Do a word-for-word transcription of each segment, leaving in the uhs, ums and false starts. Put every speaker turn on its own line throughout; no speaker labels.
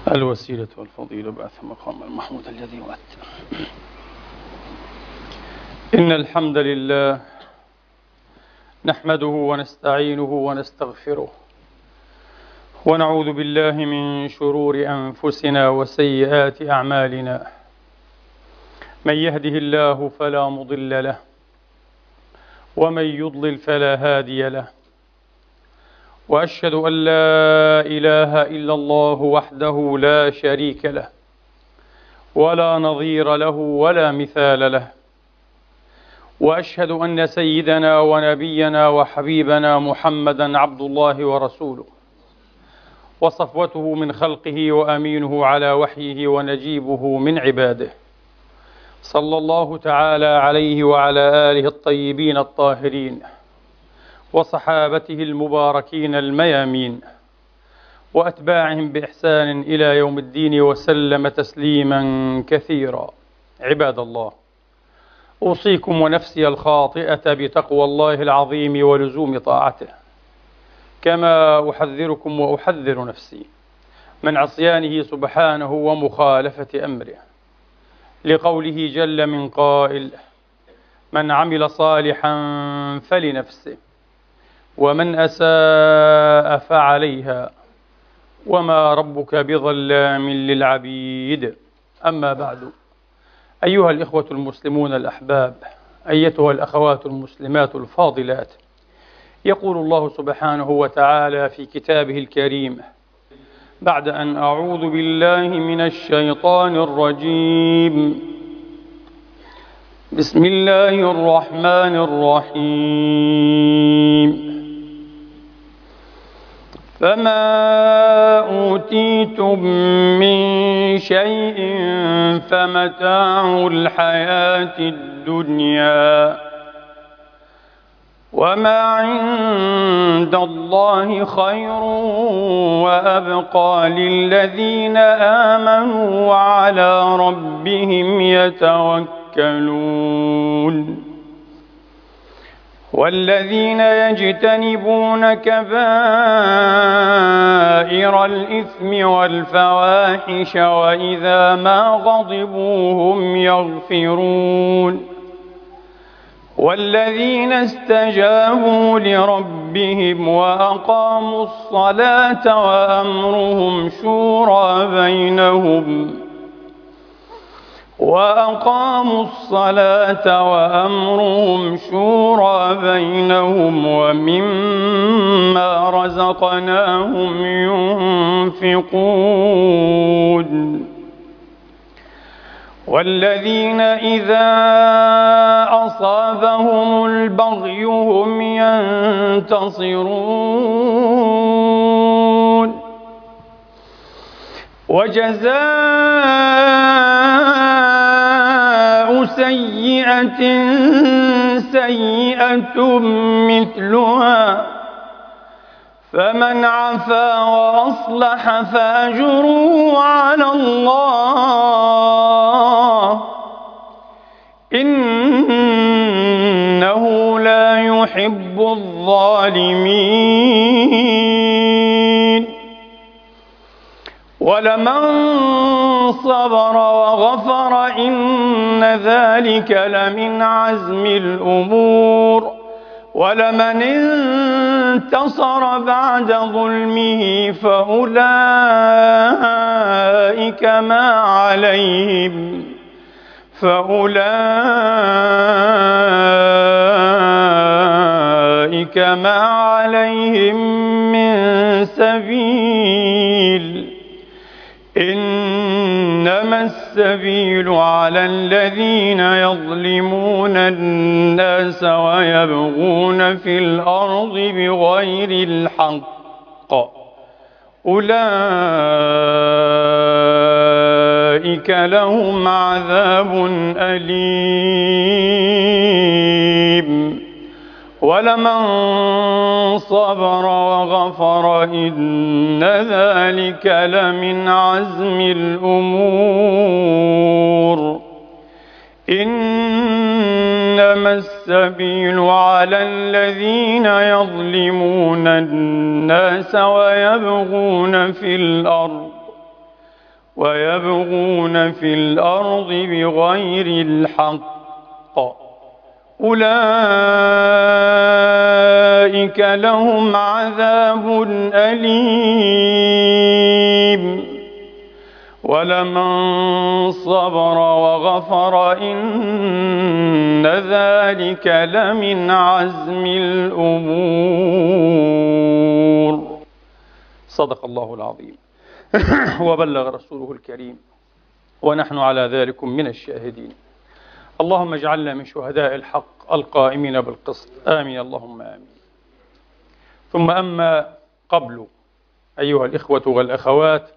الوسيلة والفضيلة بعث مقام المحمود الذي وعدت. إن الحمد لله نحمده ونستعينه ونستغفره ونعوذ بالله من شرور أنفسنا وسيئات أعمالنا. من يهده الله فلا مضل له ومن يضلل فلا هادي له، وأشهد أن لا إله إلا الله وحده لا شريك له ولا نظير له ولا مثال له، وأشهد أن سيدنا ونبينا وحبيبنا محمدا عبد الله ورسوله وصفوته من خلقه وأمينه على وحيه ونجيبه من عباده، صلى الله تعالى عليه وعلى آله الطيبين الطاهرين وصحابته المباركين الميامين وأتباعهم بإحسان إلى يوم الدين وسلم تسليما كثيرا. عباد الله، أوصيكم ونفسي الخاطئة بتقوى الله العظيم ولزوم طاعته، كما أحذركم وأحذر نفسي من عصيانه سبحانه ومخالفة أمره، لقوله جل من قائل: من عمل صالحا فلنفسه ومن أساء فعليها وما ربك بظلام للعبيد. أما بعد، أيها الإخوة المسلمون الأحباب، أيتها الأخوات المسلمات الفاضلات، يقول الله سبحانه وتعالى في كتابه الكريم بعد أن أعوذ بالله من الشيطان الرجيم: بسم الله الرحمن الرحيم. فما أوتيتم من شيء فمتاع الحياة الدنيا وما عند الله خير وأبقى للذين آمنوا وعلى ربهم يتوكلون. والذين يجتنبون كبائر الإثم والفواحش وإذا ما غضبوا هم يغفرون. والذين استجابوا لربهم وأقاموا الصلاة وأمرهم شورى بينهم وأقاموا الصلاة وأمرهم شورى بينهم ومما رزقناهم ينفقون. والذين إذا أصابهم البغي هم ينتصرون. وجزاء سيئة سيئة مثلها، فمن عفا وأصلح فأجره على الله، إنه لا يحب الظالمين. ولمن صبر وغفر إن ذلك لمن عزم الأمور. ولمن انتصر بعد ظلمه فأولئك ما عليهم فأولئك ما عليهم من سبيل، إنما السبيل على الذين يظلمون الناس ويبغون في الأرض بغير الحق، أولئك لهم عذاب أليم. ولمن صبر وغفر إن ذلك لمن عزم الأمور. إنما السبيل على الذين يظلمون الناس ويبغون في الأرض
ويبغون في الأرض بغير الحق أولئك لهم عذاب أليم ولمن صبر وغفر إن ذلك لمن عزم الأمور. صدق الله العظيم وبلغ رسوله الكريم ونحن على ذلك من الشاهدين. اللهم اجعلنا من شهداء الحق القائمين بالقسط، آمين اللهم آمين. ثم أما قبل، أيها الإخوة والأخوات،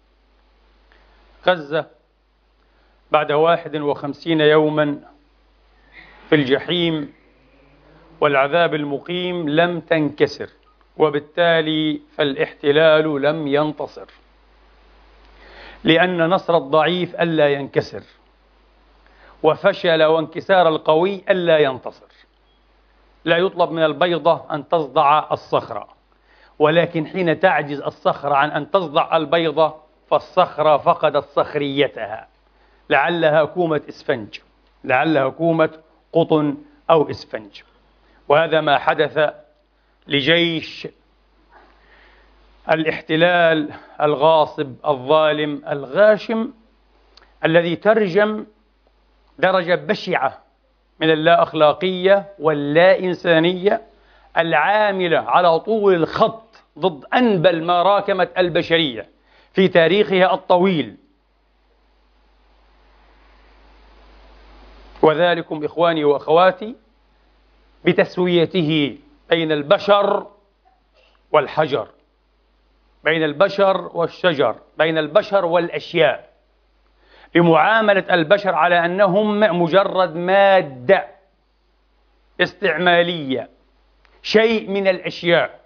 غزة بعد واحد وخمسين يوما في الجحيم والعذاب المقيم لم تنكسر، وبالتالي فالاحتلال لم ينتصر، لأن نصر الضعيف ألا ينكسر، وفشل وانكسار القوي ألا ينتصر. لا يطلب من البيضة أن تصدع الصخرة، ولكن حين تعجز الصخرة عن أن تصدع البيضة فالصخرة فقدت صخريتها، لعلها كومة إسفنج، لعلها كومة قطن أو إسفنج. وهذا ما حدث لجيش الاحتلال الغاصب الظالم الغاشم، الذي ترجم درجة بشعة من اللا أخلاقية واللا إنسانية العاملة على طول الخط ضد أنبل ما راكمت البشرية في تاريخها الطويل. وذلكم إخواني وأخواتي بتسويته بين البشر والحجر، بين البشر والشجر، بين البشر والأشياء، بمعاملة البشر على أنهم مجرد مادة استعمالية، شيء من الأشياء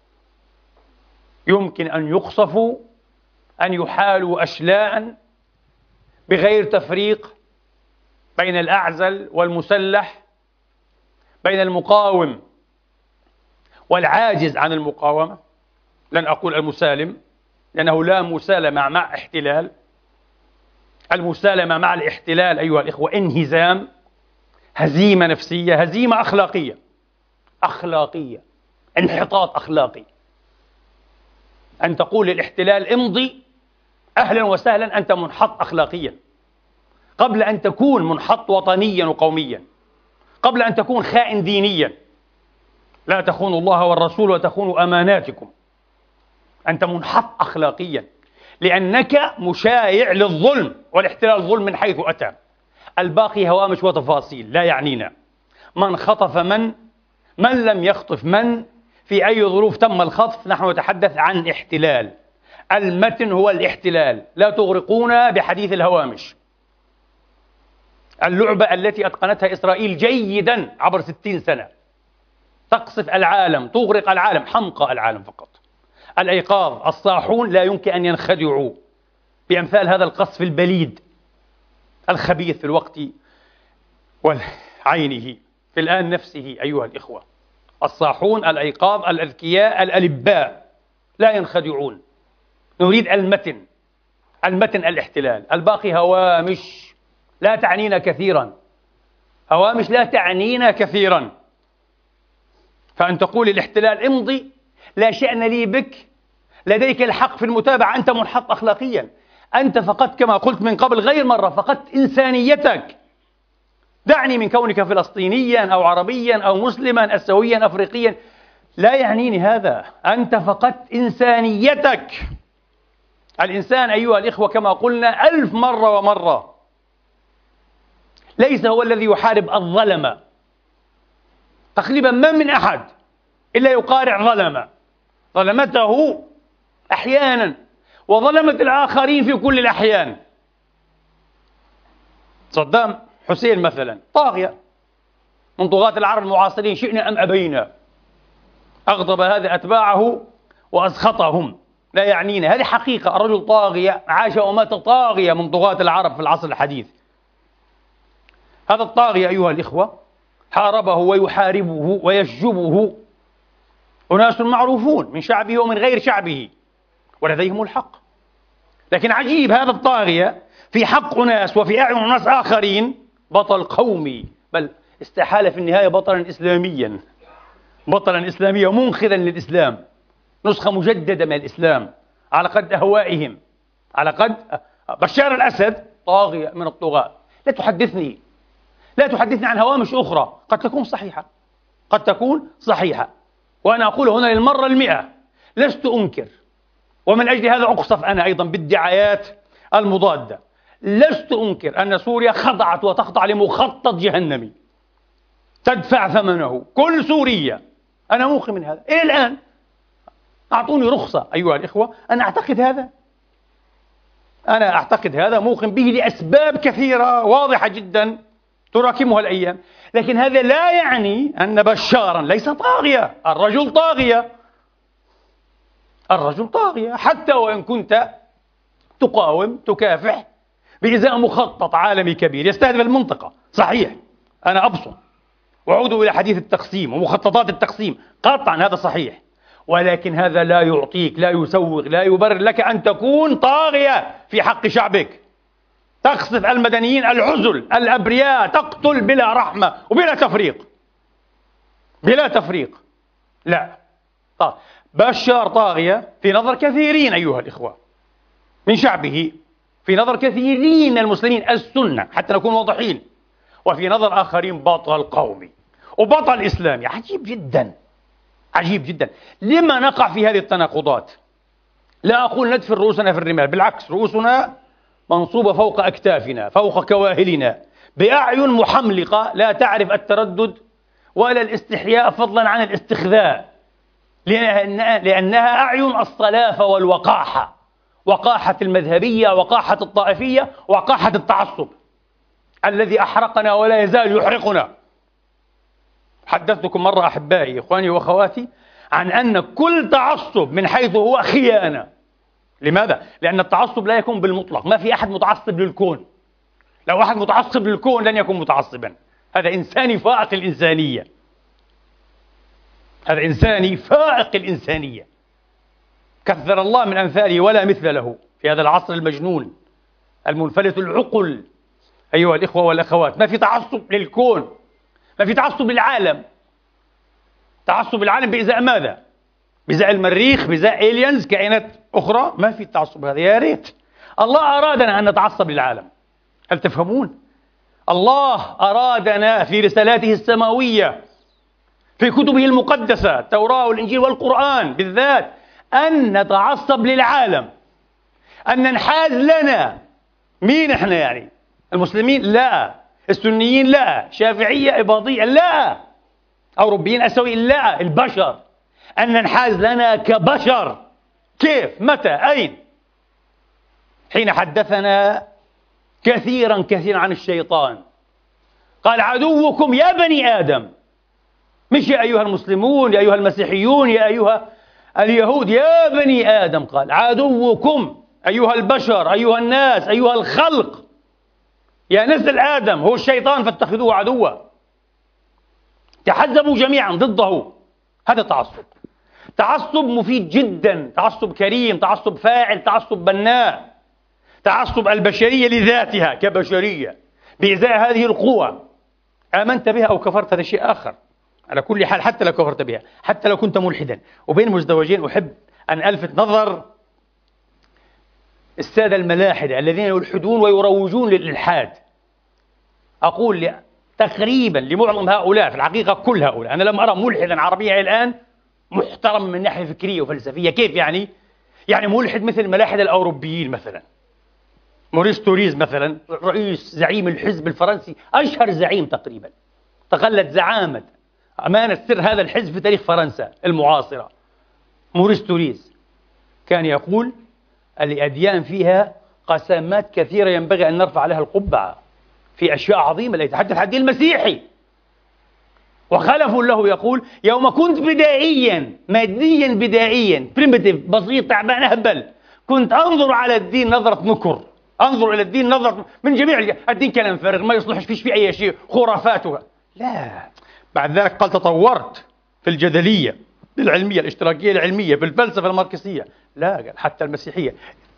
يمكن أن يقصفوا، أن يحالوا أشلاء بغير تفريق بين الأعزل والمسلح، بين المقاوم والعاجز عن المقاومة. لن أقول المسالم، لأنه لا مسالمة مع احتلال. المسالمة مع الاحتلال أيها الإخوة انهزام، هزيمة نفسية، هزيمة أخلاقية، أخلاقية، انحطاط أخلاقي. أن تقول للاحتلال امضي، أهلا وسهلا، أنت منحط أخلاقيا قبل أن تكون منحط وطنيا وقوميا، قبل أن تكون خائن دينيا. لا تخونوا الله والرسول وتخونوا أماناتكم. أنت منحط أخلاقيا لأنك مشايع للظلم، والاحتلال ظلم من حيث أتى. الباقي هوامش وتفاصيل لا يعنينا. من خطف من، من لم يخطف من، في أي ظروف تم الخطف، نحن نتحدث عن احتلال. المتن هو الاحتلال، لا تغرقونا بحديث الهوامش. اللعبة التي أتقنتها إسرائيل جيدا عبر ستين سنة، تقصف العالم، تغرق العالم، حمقى العالم فقط. الأيقاظ الصاحون لا يمكن أن ينخدعوا بأمثال هذا القصف البليد الخبيث في الوقت وعينه في الآن نفسه. أيها الإخوة، الصاحون، الأيقاظ، الأذكياء، الألباء لا ينخدعون. نريد المتن، المتن الاحتلال، الباقي هوامش لا تعنينا كثيرا، هوامش لا تعنينا كثيرا. فأن تقول الاحتلال امضي، لا شأن لي بك، لديك الحق في المتابعة، أنت منحط أخلاقيا. أنت فقدت كما قلت من قبل غير مرة، فقدت إنسانيتك. دعني من كونك فلسطينيا أو عربيا أو مسلما أسيويا أفريقيا، لا يعنيني هذا. أنت فقدت إنسانيتك. الإنسان أيها الإخوة كما قلنا ألف مرة ومرة ليس هو الذي يحارب الظلمة. تقريبا ما من أحد إلا يقارع ظلمة، ظلمته أحيانا وظلمت الآخرين في كل الأحيان. صدام حسين مثلا طاغية من طغاة العرب المعاصرين، شئنا أم أبينا، أغضب هذا أتباعه وأسخطهم، لا يعنينا. هذه حقيقة، الرجل طاغية، عاش ومات طاغية من طغاة العرب في العصر الحديث. هذا الطاغية أيها الإخوة حاربه ويحاربه ويشجبه أناس معروفون من شعبه ومن غير شعبه، ولديهم الحق. لكن عجيب، هذا الطاغية في حق أناس وفي أعين أناس آخرين بطل قومي، بل استحال في النهاية بطلا إسلاميا، بطلا إسلاميا ومنقذا للإسلام، نسخة مجددة من الإسلام على قد أهوائهم، على قد بشار الأسد طاغية من الطغاة. لا تحدثني لا تحدثني عن هوامش أخرى قد تكون صحيحة، قد تكون صحيحة، وأنا أقول هنا للمرة المئة لست أنكر، ومن أجل هذا أقصف أنا أيضا بالدعايات المضادة، لست أنكر أن سوريا خضعت وتخضع لمخطط جهنمي تدفع ثمنه كل سوريا، أنا موقن من هذا إلى الآن. أعطوني رخصة أيها الإخوة أنا أعتقد هذا، أنا أعتقد هذا، موقن به لأسباب كثيرة واضحة جدا تراكمها الأيام، لكن هذا لا يعني أن بشارا ليس طاغية. الرجل طاغية، الرجل طاغية، حتى وإن كنت تقاوم تكافح بإزاء مخطط عالمي كبير يستهدف المنطقة. صحيح، أنا أبصم وأعود إلى حديث التقسيم ومخططات التقسيم، قطعا هذا صحيح، ولكن هذا لا يعطيك، لا يسوغ، لا يبرر لك أن تكون طاغية في حق شعبك، تقصف المدنيين العزل الأبرياء، تقتل بلا رحمة وبلا تفريق، بلا تفريق. لا، طيب بشار طاغية في نظر كثيرين أيها الإخوة من شعبه، في نظر كثيرين من المسلمين السنة حتى نكون واضحين، وفي نظر آخرين بطل قومي وبطل إسلامي. عجيب جدا، عجيب جدا. لما نقع في هذه التناقضات؟ لا أقول ندفن رؤوسنا في الرمال، بالعكس، رؤوسنا منصوبة فوق أكتافنا، فوق كواهلنا، بأعين محملقة لا تعرف التردد ولا الاستحياء فضلا عن الاستخذاء، لأنها أعين الصلافة والوقاحة، وقاحة المذهبية، وقاحة الطائفية، وقاحة التعصب الذي أحرقنا ولا يزال يحرقنا. حدثتكم مرة أحبائي إخواني وأخواتي عن أن كل تعصب من حيث هو خيانة. لماذا؟ لأن التعصب لا يكون بالمطلق، ما في أحد متعصب للكون، لو أحد متعصب للكون لن يكون متعصبا، هذا إنساني فائق الإنسانية، هذا إنساني فائق الإنسانية، كثر الله من أمثاله ولا مثل له في هذا العصر المجنون المنفلت العقل. أيها الإخوة والأخوات، ما في تعصب للكون، ما في تعصب للعالم. تعصب العالم بإزاء ماذا؟ بإزاء المريخ، بإزاء إلينز، كائنات أخرى؟ ما في التعصب هذا. يا ريت الله أرادنا أن نتعصب للعالم، هل تفهمون؟ الله أرادنا في رسالاته السماوية، في كتبه المقدسة، التوراة والإنجيل والقرآن بالذات، أن نتعصب للعالم، أن ننحاز لنا. مين إحنا يعني؟ المسلمين؟ لا. السنيين؟ لا. شافعية؟ إباضية؟ لا. أوروبيين؟ أسيويين؟ لا. البشر، أن ننحاز لنا كبشر. كيف؟ متى؟ أين؟ حين حدثنا كثيرا كثيرا عن الشيطان، قال عدوكم يا بني آدم، مش يا أيها المسلمون، يا أيها المسيحيون، يا أيها اليهود، يا بني آدم، قال عدوكم أيها البشر، أيها الناس، أيها الخلق، يا نسل آدم هو الشيطان فاتخذوه عدوا، تحزبوا جميعا ضده. هذا تعصب، تعصب مفيد جدا، تعصب كريم، تعصب فاعل، تعصب بناء، تعصب البشرية لذاتها كبشرية بإزاء هذه القوى. آمنت بها أو كفرت هذا شيء آخر، على كل حال حتى لو كفرت بها، حتى لو كنت ملحدا. وبين مزدوجين أحب أن ألفت نظر السادة الملاحدة الذين يلحدون ويروجون للإلحاد. أقول تقريبا لمعظم هؤلاء، في الحقيقة كل هؤلاء، أنا لم أرى ملحدا عربيا الآن محترم من ناحية فكرية وفلسفية. كيف يعني؟ يعني ملحد مثل الملاحدة الأوروبيين مثلا، موريس توريز مثلا، رئيس زعيم الحزب الفرنسي، أشهر زعيم تقريبا، تقلد زعامة أمانة سر هذا الحزب في تاريخ فرنسا المعاصرة. موريس توريز كان يقول الأديان فيها قسامات كثيرة ينبغي أن نرفع لها القبعة، في أشياء عظيمة لا يتحدث عن الدين المسيحي. وخلف له يقول يوم كنت بدائيا ماديا بدائيا بريمتيف بسيط تعبان أهبل، كنت أنظر على الدين نظرة نكر، أنظر إلى الدين نظرة من جميع الدين كلام فارغ ما يصلحش فيش في أي شيء، خرافاتها. لا، بعد ذلك قال تطورت في الجدلية العلمية الاشتراكية العلمية، في الفلسفة الماركسية. لا، قال حتى المسيحية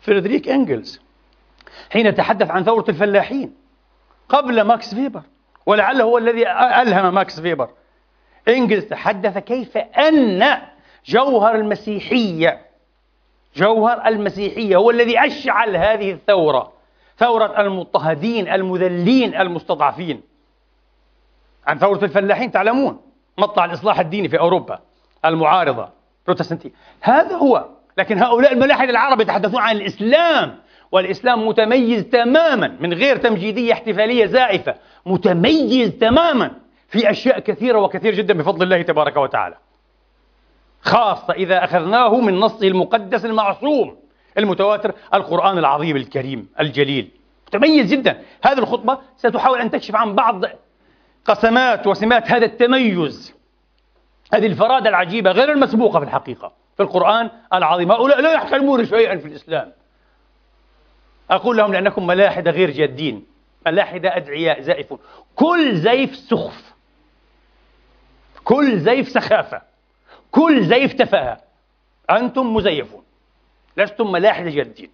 فريدريك إنجلز حين تحدث عن ثورة الفلاحين قبل ماكس فيبر، ولعله هو الذي ألهم ماكس فيبر. إنجلز تحدث كيف أن جوهر المسيحية جوهر المسيحية هو الذي أشعل هذه الثورة، ثورة المضطهدين المذلين المستضعفين. عن ثورة الفلاحين تعلمون، مطلع الإصلاح الديني في أوروبا المعارضة بروتستانتية، هذا هو. لكن هؤلاء الملاحدة العرب يتحدثون عن الإسلام، والإسلام متميز تماما من غير تمجيدية احتفالية زائفة، متميز تماما في أشياء كثيرة وكثير جدا بفضل الله تبارك وتعالى، خاصة إذا أخذناه من نصه المقدس المعصوم المتواتر، القرآن العظيم الكريم الجليل، متميز جدا. هذه الخطبة ستحاول أن تكشف عن بعض قسمات وسمات هذا التميز، هذه الفرادة العجيبة غير المسبوقة في الحقيقة في القرآن العظيم. هؤلاء لا يحترمون شيئا في الإسلام. أقول لهم لأنكم ملاحدة غير جادين، ملاحدة أدعياء زائفون، كل زيف سخف، كل زيف سخافة، كل زيف تفاهة. أنتم مزيفون، لستم ملاحدة جادين.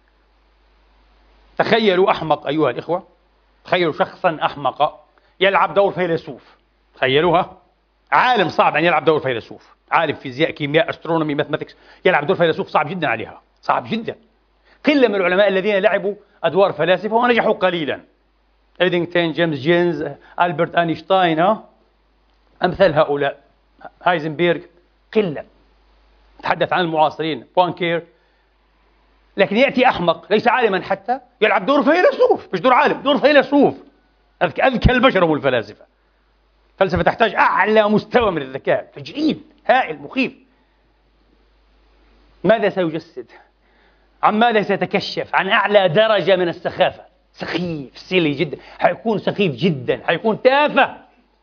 تخيلوا أحمق أيها الإخوة، تخيلوا شخصا أحمق يلعب دور فيلسوف، تخيلوها، عالم صعب أن يلعب دور فيلسوف، عالم فيزياء كيمياء أسترونومي ماثماتكس يلعب دور فيلسوف، صعب جدا عليها، صعب جدا. قلة من العلماء الذين لعبوا أدوار فلاسفة ونجحوا قليلا، إيدينغتون، جيمس جينز، ألبرت أينشتاين، ها أمثال هؤلاء، هايزنبرغ، قلة. تحدث عن المعاصرين، بوانكير. لكن يأتي أحمق ليس عالما حتى يلعب دور فيلسوف، مش دور عالم، دور فيلسوف. أذكى البشر هم الفلاسفة. الفلسفة تحتاج أعلى مستوى من الذكاء، تجريد هائل مخيف. ماذا سيجسد؟ عن ماذا سيتكشف؟ عن أعلى درجة من السخافة، سخيف، سيلي جدا، حيكون سخيف جدا، حيكون تافه.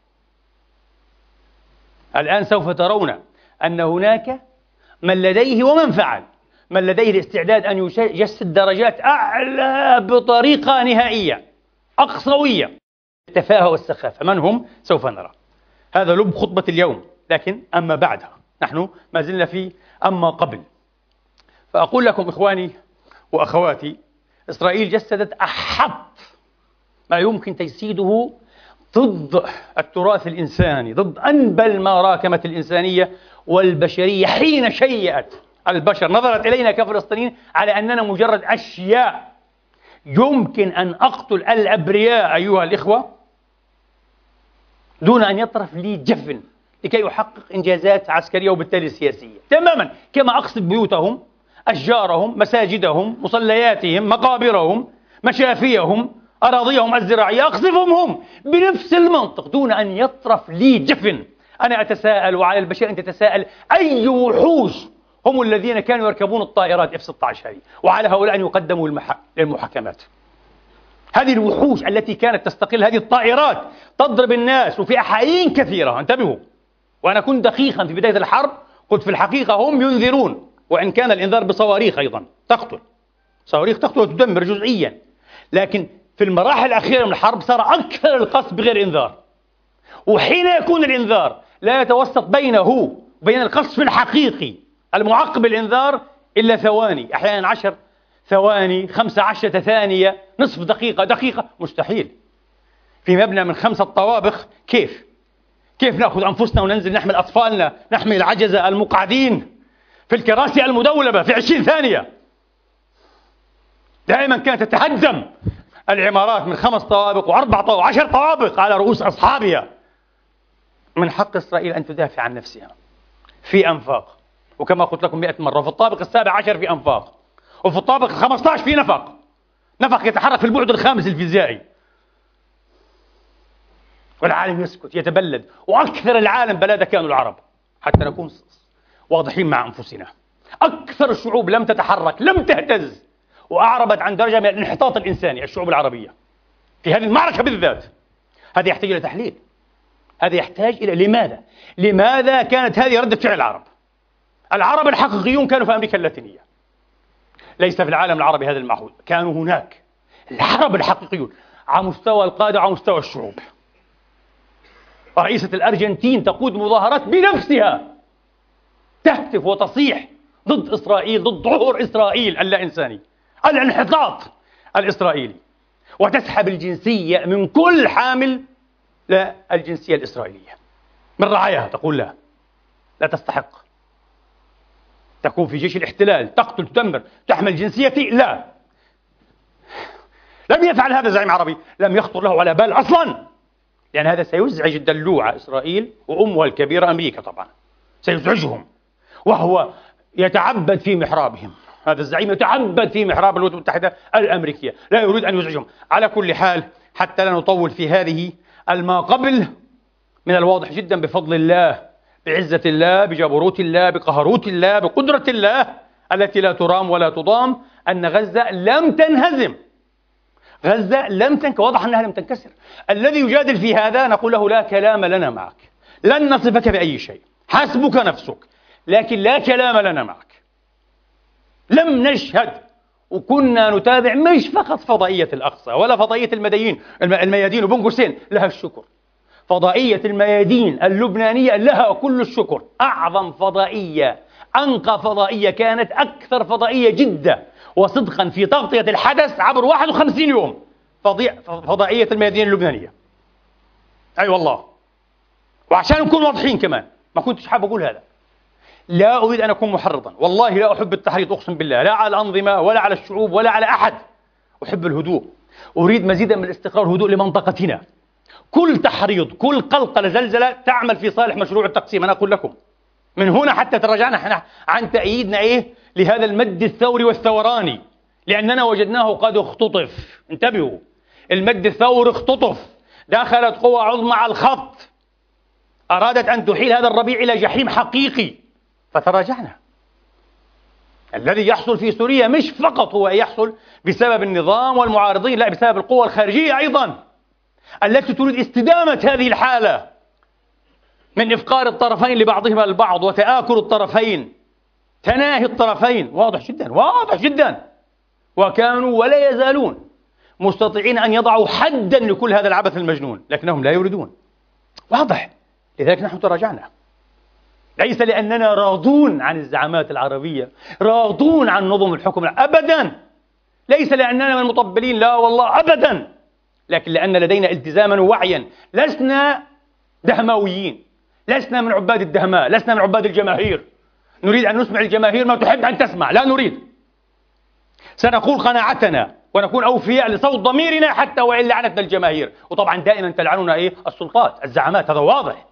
الآن سوف ترون أن هناك من لديه ومن فعل، من لديه الاستعداد أن يجسد درجات أعلى بطريقة نهائية أقصوية، التفاهة والسخافة. من هم؟ سوف نرى. هذا لب خطبة اليوم. لكن أما بعدها، نحن ما زلنا في أما قبل. فأقول لكم إخواني وأخواتي، إسرائيل جسدت أحط ما يمكن تجسيده ضد التراث الإنساني، ضد أنبل ما راكمت الإنسانية والبشرية حين شيئت البشر، نظرت إلينا كفلسطينيين على أننا مجرد أشياء يمكن أن أقتل الأبرياء أيها الإخوة دون أن يطرف لي جفن لكي يحقق إنجازات عسكرية وبالتالي سياسية، تماما كما أقصف بيوتهم، أشجارهم، مساجدهم، مصلياتهم، مقابرهم، مشافيهم، أراضيهم الزراعية، أقصفهم هم بنفس المنطق دون أن يطرف لي جفن. أنا أتساءل وعلى البشر أن تتساءل، أي وحوش هم الذين كانوا يركبون الطائرات إف ستة عشر هذه، وعلى هؤلاء أن يقدموا للمحاكمات. هذه الوحوش التي كانت تستقل هذه الطائرات تضرب الناس وفي أحايين كثيرة، انتبهوا. وأنا كنت دقيقا في بداية الحرب، قلت في الحقيقة هم ينذرون، وإن كان الإنذار بصواريخ أيضا تقتل، صواريخ تقتل وتدمر جزئيا، لكن في المراحل الأخيرة من الحرب صار أكثر القصف بغير إنذار. وحين يكون الإنذار لا يتوسط بينه وبين القصف الحقيقي المعقب الإنذار إلا ثواني، أحيانا عشر ثواني، خمسة عشرة ثانية، نصف دقيقة، دقيقة، مستحيل. في مبنى من خمسة طوابق كيف؟ كيف نأخذ أنفسنا وننزل نحمل أطفالنا، نحمل العجزة المقعدين في الكراسي المدولبة في عشرين ثانية؟ دائما كانت تتهدم العمارات من خمس طوابق وأربع طوابق وعشر طوابق على رؤوس أصحابها. من حق إسرائيل أن تدافع عن نفسها في أنفاق، وكما قلت لكم مئة مرة، وفي الطابق السابع عشر في أنفاق، وفي الطابق الخمسة عشر في نفق، نفق يتحرك في البعد الخامس الفيزيائي، والعالم يسكت يتبلد. وأكثر العالم بلادة كانوا العرب، حتى نكون واضحين مع أنفسنا. أكثر الشعوب لم تتحرك، لم تهتز، وأعربت عن درجة من الانحطاط الإنساني الشعوب العربية في هذه المعركة بالذات. هذا يحتاج إلى تحليل، هذا يحتاج إلى لماذا؟ لماذا كانت هذه ردة فعل العرب؟ العرب الحقيقيون كانوا في أمريكا اللاتينية، ليس في العالم العربي هذا المعهود، كانوا هناك العرب الحقيقيون على مستوى القادة وعلى مستوى الشعوب. رئيسة الأرجنتين تقود مظاهرات بنفسها تهتف وتصيح ضد إسرائيل، ضد ظهور إسرائيل اللا إنساني. الانحطاط الإسرائيلي، وتسحب الجنسية من كل حامل للجنسية الإسرائيلية من رعاياها، تقول لا، لا تستحق، تكون في جيش الاحتلال، تقتل، تدمر، تحمل جنسيتي، لا. لم يفعل هذا زعيم عربي، لم يخطر له على بال أصلا، لأن هذا سيزعج الدلوعة إسرائيل وأمها الكبيرة أمريكا، طبعا سيزعجهم، وهو يتعبد في محرابهم. هذا الزعيم يتعبد في محراب الولايات المتحدة الأمريكية، لا يريد أن يزعجهم. على كل حال، حتى لا نطول في هذه، الما قبل من الواضح جدا بفضل الله، بعزة الله، بجبروت الله، بقهروت الله، بقدرة الله التي لا ترام ولا تضام، أن غزة لم تنهزم، غزة لم تنك، واضح أنها لم تنكسر. الذي يجادل في هذا نقول له لا كلام لنا معك، لن نصفك بأي شيء، حسبك نفسك، لكن لا كلام لنا معك. لم نشهد، وكنا نتابع مش فقط فضائية الأقصى ولا فضائية المديين الميادين وبن قوسين، لها الشكر. فضائية الميادين اللبنانية لها كل الشكر، أعظم فضائية، أنقى فضائية، كانت أكثر فضائية جدة وصدقا في تغطية الحدث عبر واحد وخمسين يوم، فضائية الميادين اللبنانية. أي أيوة والله. وعشان نكون واضحين كمان، ما كنتش حاب أقول هذا، لا أريد أن أكون محرضا، والله لا أحب التحريض، أقسم بالله، لا على الأنظمة ولا على الشعوب ولا على أحد. أحب الهدوء، أريد مزيدا من الاستقرار والهدوء لمنطقتنا. كل تحريض، كل قلقلة، زلزلة تعمل في صالح مشروع التقسيم. أنا أقول لكم من هنا حتى تراجعنا احنا عن تأييدنا إيه لهذا المد الثوري والثوراني، لأننا وجدناه قد اختطف. انتبهوا، المد الثوري اختطف، دخلت قوى عظمى على الخط، أرادت أن تحيل هذا الربيع إلى جحيم حقيقي، فتراجعنا. الذي يحصل في سوريا مش فقط هو يحصل بسبب النظام والمعارضين، لا، بسبب القوى الخارجية أيضا التي تريد استدامة هذه الحالة من إفقار الطرفين لبعضهما البعض وتآكل الطرفين، تناهي الطرفين. واضح جدا، واضح جدا. وكانوا ولا يزالون مستطيعين أن يضعوا حدا لكل هذا العبث المجنون، لكنهم لا يريدون. واضح. لذلك نحن تراجعنا، ليس لأننا راضون عن الزعامات العربية، راضون عن نظم الحكم، أبدا. ليس لأننا من المطبلين، لا والله أبدا، لكن لأن لدينا التزاما ووعيا. لسنا دهماويين، لسنا من عباد الدهماء، لسنا من عباد الجماهير. نريد أن نسمع الجماهير ما تحب أن تسمع، لا نريد. سنقول قناعتنا ونكون أوفياء لصوت ضميرنا حتى وإن لعنتنا الجماهير. وطبعا دائما تلعننا إيه؟ السلطات، الزعامات، هذا واضح.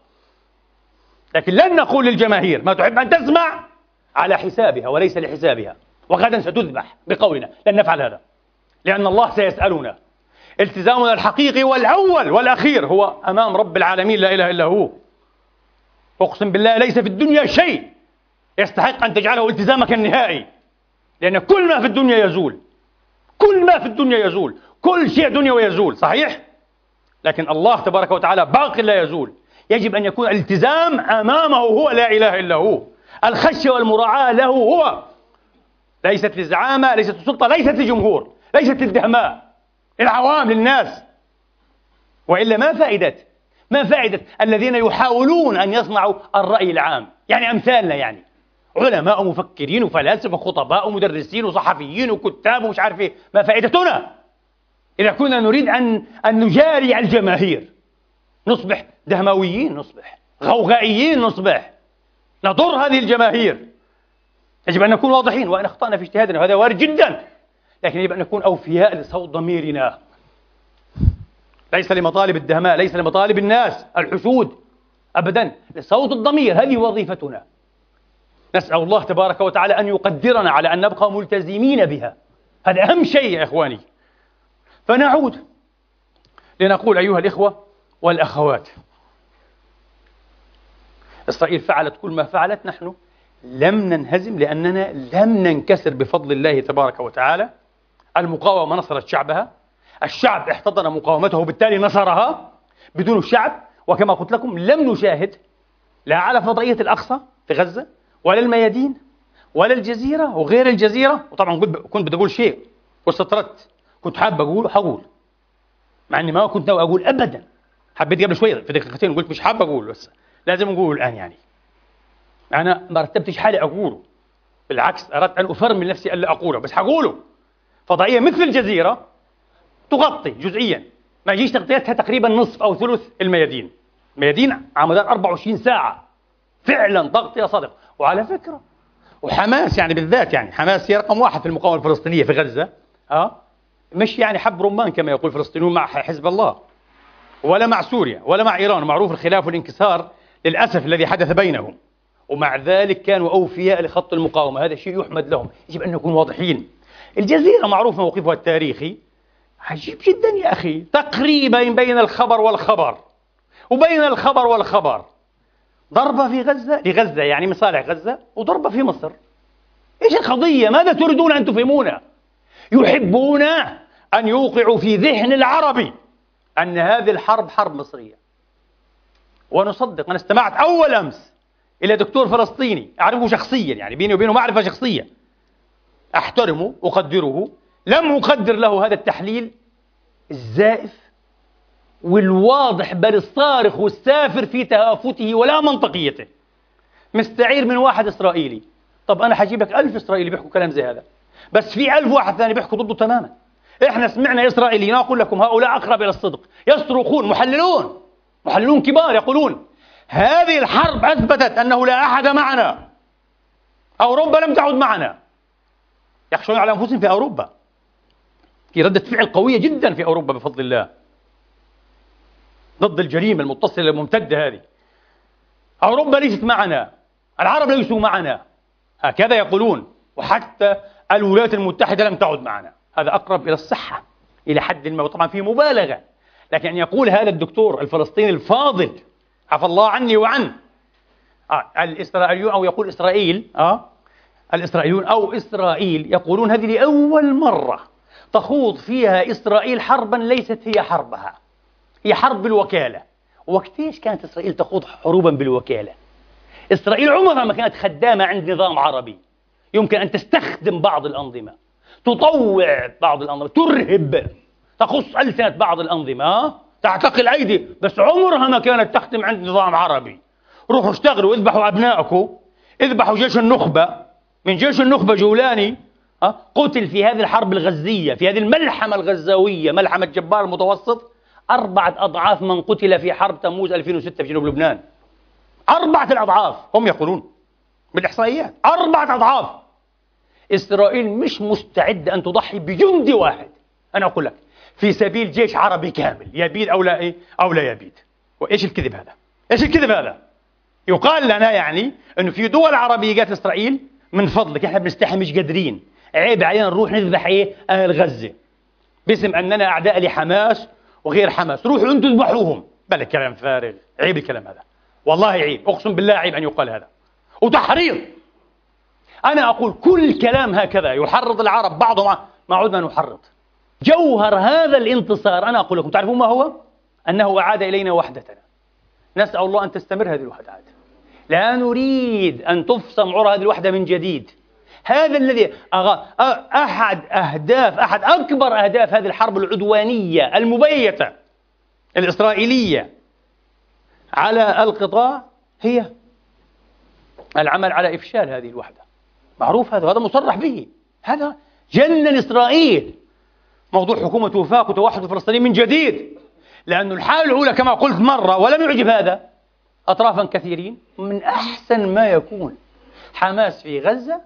لكن لن نقول للجماهير ما تحب أن تسمع على حسابها وليس لحسابها، وغدا ستذبح بقولنا. لن نفعل هذا، لأن الله سيسألنا. التزامنا الحقيقي والأول والأخير هو أمام رب العالمين لا إله إلا هو. أقسم بالله ليس في الدنيا شيء يستحق أن تجعله التزامك النهائي، لأن كل ما في الدنيا يزول، كل ما في الدنيا يزول، كل شيء دنيوي يزول، صحيح؟ لكن الله تبارك وتعالى باق لا يزول. يجب أن يكون الالتزام أمامه هو لا إله إلا هو، الخشية والمراعاة له هو، ليست للزعامة، ليست للسلطة، ليست للجمهور، ليست للدهماء، العوام، للناس. وإلا ما فائدة ما فائدة الذين يحاولون أن يصنعوا الرأي العام، يعني أمثالنا، يعني علماء ومفكرين وفلاسفة وخطباء ومدرسين وصحفيين وكتاب ومش عارف ايه. ما فائدتنا إذا كنا نريد أن أن نجاري الجماهير؟ نصبح دهمويين، نصبح غوغائيين، نصبح نضر هذه الجماهير. يجب أن نكون واضحين، وإن أخطأنا في اجتهادنا وهذا وارد جدا، لكن يجب أن نكون أوفياء لصوت ضميرنا، ليس لمطالب الدهماء، ليس لمطالب الناس الحشود، أبدا، لصوت الضمير. هذه وظيفتنا. نسأل الله تبارك وتعالى أن يقدرنا على أن نبقى ملتزمين بها، هذا أهم شيء يا إخواني. فنعود لنقول أيها الإخوة والأخوات، إسرائيل فعلت كل ما فعلت، نحن لم ننهزم لأننا لم ننكسر بفضل الله تبارك وتعالى. المقاومة نصرت شعبها، الشعب احتضن مقاومته وبالتالي نصرها. بدون الشعب، وكما قلت لكم، لم نشاهد لا على فضائية الأقصى في غزة ولا الميادين ولا الجزيرة وغير الجزيرة. وطبعا كنت بدي أقول شيء واستطردت، كنت حاب أقول وحقول، مع أني ما كنت ناوي أقول أبدا. حبيت قبل شوي في دقيقتين قلت مش حاب أقول، بس لازم أقول الآن. يعني أنا ما رتبتش حالي أقوله، بالعكس أردت أن أفرمل نفسي ألا أقوله، بس حقوله. فضائية مثل الجزيرة تغطي جزئيا، ما يجيش تغطيتها تقريبا نصف أو ثلث الميادين. الميادين على مدار أربعة وعشرين ساعة فعلا تغطية صادقة. وعلى فكرة وحماس يعني بالذات، يعني حماس هي رقم واحد في المقاومة الفلسطينية في غزة، ها مش يعني حب رمان كما يقول الفلسطينيون مع حزب الله ولا مع سوريا ولا مع إيران، معروف الخلاف والانكسار للأسف الذي حدث بينهم، ومع ذلك كانوا أوفياء لخط المقاومة. هذا شيء يحمد لهم، يجب أن نكون واضحين. الجزيرة معروف موقفها التاريخي عجيب جدا يا أخي، تقريبا بين الخبر والخبر وبين الخبر والخبر، ضربة في غزة لغزة يعني مصالح غزة، وضربة في مصر. إيش القضية؟ ماذا تريدون أن تفهمون؟ يحبون أن يوقعوا في ذهن العربي أن هذه الحرب حرب مصرية. ونصدق، أنا استمعت أول أمس إلى دكتور فلسطيني أعرفه شخصيا، يعني بيني وبينه معرفة شخصية، أحترمه أقدره، لم أقدر له هذا التحليل الزائف والواضح بل الصارخ والسافر في تهافته ولا منطقيته، مستعير من واحد إسرائيلي. طب أنا حجيب لك ألف إسرائيلي بيحكوا كلام زي هذا، بس في ألف واحد ثاني بيحكوا ضده تماما. إحنا سمعنا إسرائيليين، أقول لكم هؤلاء أقرب إلى الصدق، يصرخون، محللون محللون كبار يقولون هذه الحرب أثبتت أنه لا أحد معنا، أوروبا لم تعد معنا. يخشون على أنفسهم في أوروبا، في ردة فعل قوية جدا في أوروبا بفضل الله ضد الجريمة المتصلة الممتدة هذه. أوروبا ليست معنا، العرب ليسوا معنا، هكذا يقولون. وحتى الولايات المتحدة لم تعد معنا. هذا أقرب إلى الصحة إلى حد ما، وطبعا فيه مبالغة، لكن أن يقول هذا الدكتور الفلسطيني الفاضل عفى الله عني وعنه آه الإسرائيليون، أو يقول إسرائيل آه الإسرائيليون أو إسرائيل يقولون هذه لأول مرة تخوض فيها إسرائيل حربا ليست هي حربها، هي حرب بالوكالة. وقتيش كانت إسرائيل تخوض حروبا بالوكالة؟ إسرائيل عمرها ما كانت خدامة عند نظام عربي، يمكن أن تستخدم بعض الأنظمة، تطوع بعض الأنظمة، ترهب، تخص ألسنة بعض الأنظمة، تعتقل أيدي، بس عمرها ما كانت تخدم عند نظام عربي. روحوا اشتغلوا، اذبحوا أبنائكم، اذبحوا جيش النخبة. من جيش النخبة جولاني قتل في هذه الحرب الغزية، في هذه الملحمة الغزاوية، ملحمة جبار المتوسط، أربعة أضعاف من قتل في حرب تموز ألفين وستة في جنوب لبنان. أربعة الأضعاف، هم يقولون بالإحصائيات أربعة أضعاف. إسرائيل مش مستعدة أن تضحي بجندي واحد، أنا أقول لك، في سبيل جيش عربي كامل يبيد أو لا إيه أو لا يبيد. وإيش الكذب هذا؟ إيش الكذب هذا؟ يقال لنا يعني إنه في دول عربية قالت إسرائيل من فضلك إحنا بنستحي مش قادرين، عيب علينا نروح نذبح إيه أهل غزة باسم أننا أعداء لحماس وغير حماس، روحوا أنتم اذبحوهم. بل كلام فارغ، عيب الكلام هذا، والله عيب، أقسم بالله عيب أن يقال هذا، وتحريض. أنا أقول كل كلام هكذا يحرض العرب بعضهم، ما عدنا نحرض. جوهر هذا الانتصار أنا أقول لكم، تعرفون ما هو؟ أنه أعاد إلينا وحدتنا. نسأل الله أن تستمر هذه الوحدة، لا نريد أن تفصم عرى هذه الوحدة من جديد. هذا الذي أغ... أحد أهداف أحد أكبر أهداف هذه الحرب العدوانية المبيتة الإسرائيلية على القطاع هي العمل على إفشال هذه الوحدة. معروف هذا، هذا مصرح به، هذا جنن إسرائيل موضوع حكومة وفاق وتوحد الفلسطينيين من جديد، لأن الحالة الأولى كما قلت مرة ولم يعجب هذا أطرافا كثيرين، من أحسن ما يكون حماس في غزة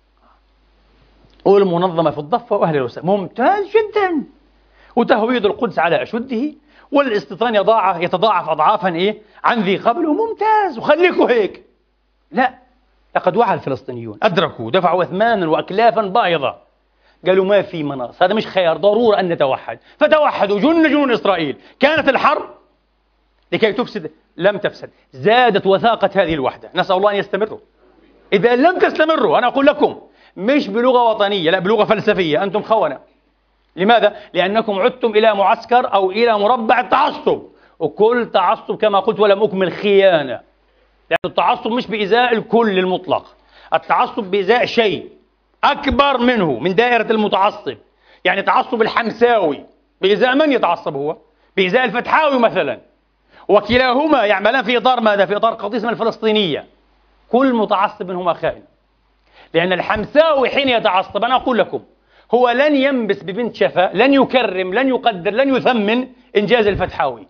والمنظمة في الضفة وأهل الوسط، ممتاز جدا، وتهويد القدس على أشده، والاستيطان يضاعف يتضاعف أضعافا إيه عن ذي قبل، وممتاز، وخليكوا هيك. لا، لقد وعى الفلسطينيون، أدركوا، دفعوا أثمانا وأكلافا بايظة، قالوا ما في مناص، هذا مش خيار، ضرورة أن نتوحد، فتوحدوا جن جنون إسرائيل. كانت الحرب لكي تفسد، لم تفسد، زادت وثاقة هذه الوحدة. نسأل الله أن يستمروا. إذا لم تستمروا أنا أقول لكم مش بلغة وطنية، لا بلغة فلسفية، أنتم خونة. لماذا؟ لأنكم عدتم إلى معسكر أو إلى مربع التعصب، وكل تعصب كما قلت ولم أكمل خيانة، لأن التعصب مش بإزاء الكل المطلق، التعصب بإزاء شيء أكبر منه من دائرة المتعصب. يعني تعصب الحمساوي بإزاء من يتعصب هو؟ بإزاء الفتحاوي مثلا، وكلاهما يعملان في إطار ماذا؟ في إطار قضية اسمها الفلسطينية. كل متعصب منهما خائن، لأن الحمساوي حين يتعصب أنا أقول لكم هو لن ينبس ببنت شفا، لن يكرم، لن يقدر، لن يثمن إنجاز الفتحاوي.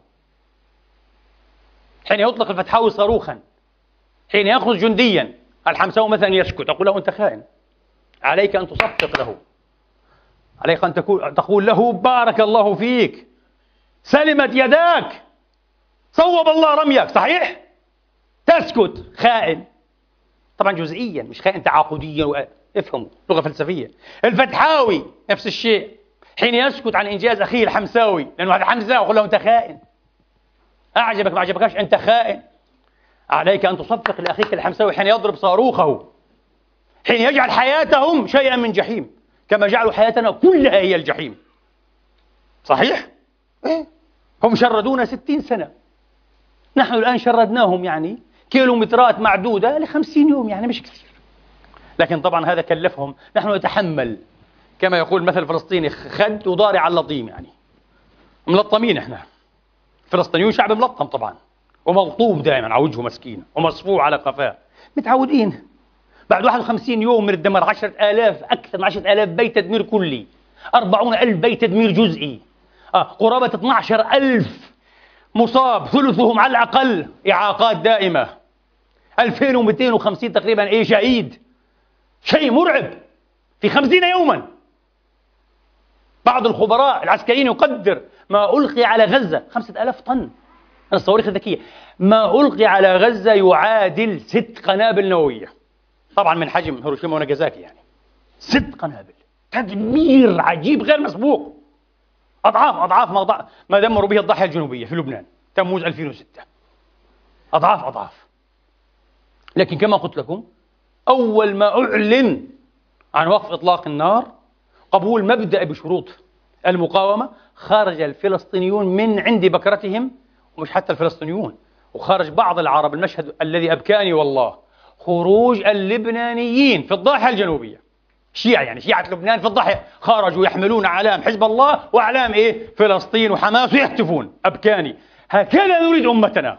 حين يطلق الفتحاوي صاروخا، حين يخرج جنديا، الحمساوي مثلا يسكت، أقول له أنت خائن، عليك أن تصفق له، عليك أن تقول له بارك الله فيك، سلمت يداك، صوب الله رميك، صحيح؟ تسكت، خائن. طبعا جزئيا، مش خائن تعاقديا، افهموا لغة فلسفية. الفتحاوي نفس الشيء، حين يسكت عن إنجاز أخيه الحمساوي، لأنه هذا حمزة، وقل له أنت خائن، أعجبك ما أعجبكش أنت خائن، عليك أن تصفق لأخيك الحمساوي حين يضرب صاروخه، حين يجعل حياتهم شيئا من جحيم، كما جعلوا حياتنا كلها هي الجحيم. صحيح؟ إيه؟ هم شردونا ستين سنة، نحن الآن شردناهم يعني كيلومترات معدودة لخمسين يوم، يعني مش كثير. لكن طبعا هذا كلفهم، نحن نتحمل، كما يقول مثل فلسطيني، خد وضارع على اللطيم، يعني ملطمين احنا. فلسطينيون شعب ملطم طبعا، وملطوم دائما على وجهه مسكين، ومصفوع على قفاه، متعودين. بعد واحد وخمسين يوم من الدمار، عشرة آلاف، أكثر من عشرة آلاف بيت تدمير كلي، أربعون ألف بيت تدمير جزئي، آه قرابة اثني عشر ألف مصاب، ثلثهم على الأقل إعاقات دائمة، ألفين ومئتين وخمسين تقريبا إيه شهيد، شيء مرعب في خمسين يوما. بعض الخبراء العسكريين يقدر ما ألقي على غزة خمسة آلاف طن من الصواريخ الذكية، ما ألقي على غزة يعادل ست قنابل نووية، طبعا من حجم هيروشيما وناغازاكي، يعني ست قنابل، تدمير عجيب غير مسبوق، أضعاف أضعاف ما, ضع... ما دمروا به الضاحية الجنوبية في لبنان تموز ألفين وستة، أضعاف أضعاف. لكن كما قلت لكم، أول ما أعلن عن وقف إطلاق النار، قبول مبدأ بشروط المقاومة، خرج الفلسطينيون من عند بكرتهم، ومش حتى الفلسطينيون، وخرج بعض العرب. المشهد الذي أبكاني والله، خروج اللبنانيين في الضاحية الجنوبية، شيعة يعني شيعة لبنان في الضاحية، خرجوا يحملون أعلام حزب الله وأعلام إيه فلسطين وحماس، ويهتفون. أبكاني. هكذا نريد أمتنا،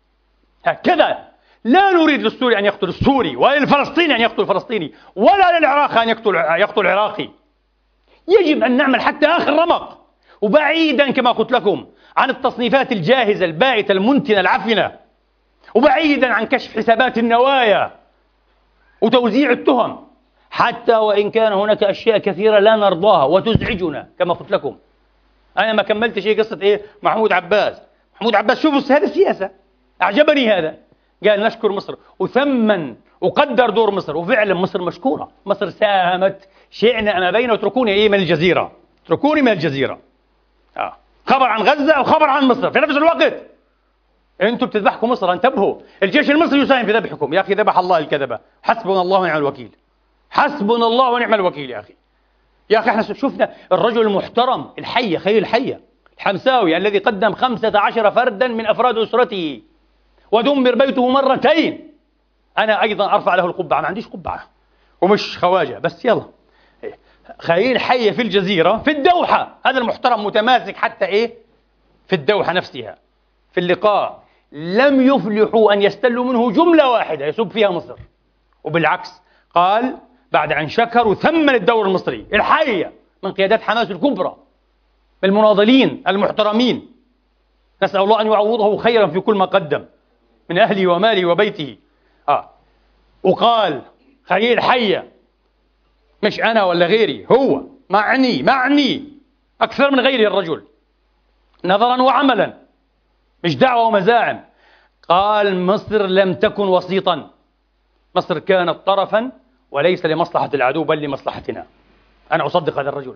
هكذا. لا نريد للسوري أن يقتل السوري، ولا للفلسطيني أن يقتل الفلسطيني، ولا للعراقي أن يقتل يقتل العراقي. يجب أن نعمل حتى آخر رمق، وبعيدا كما قلت لكم عن التصنيفات الجاهزة البائتة المنتنة العفنة، وبعيدا عن كشف حسابات النوايا وتوزيع التهم، حتى وإن كان هناك أشياء كثيرة لا نرضاها وتزعجنا. كما قلت لكم، أنا ما كملت شيء قصة إيه محمود عباس. محمود عباس شوفوا هذا السياسة، أعجبني هذا، قال نشكر مصر وثمن وقدر دور مصر، وفعلا مصر مشكورة، مصر ساهمت، شئنا أم أبينا، واتركوني إيه من الجزيرة، اتركوني من الجزيرة. آه. خبر عن غزة وخبر عن مصر في نفس الوقت. أنتم بتذبحكم مصر، انتبهوا، الجيش المصري يساهم في ذبحكم. يا أخي ذبح الله الكذبة، حسبنا الله ونعم الوكيل، حسبنا الله ونعم الوكيل. يا أخي يا أخي احنا شفنا الرجل المحترم الحية، خير الحية الحمساوي، الذي قدم خمسة عشر فردا من أفراد أسرته ودمر بيته مرتين. أنا أيضا أرفع له القبعة، ما عنديش قبعة ومش خواجة، بس يلا. خليل حية في الجزيرة في الدوحة، هذا المحترم متماسك حتى إيه في الدوحة نفسها. في اللقاء لم يفلحوا أن يستلوا منه جملة واحدة يسب فيها مصر، وبالعكس قال بعد أن شكر وثمن الدور المصري الحية من قيادات حماس الكبرى، المناضلين المحترمين، نسأل الله أن يعوضه خيرا في كل ما قدم من أهله وماله وبيته. آه. وقال خليل حية، مش أنا ولا غيري، هو معني معني أكثر من غيره الرجل نظرا وعملا، مش دعوة ومزاعم. قال مصر لم تكن وسيطا، مصر كانت طرفا وليس لمصلحة العدو بل لمصلحتنا. أنا أصدق هذا الرجل.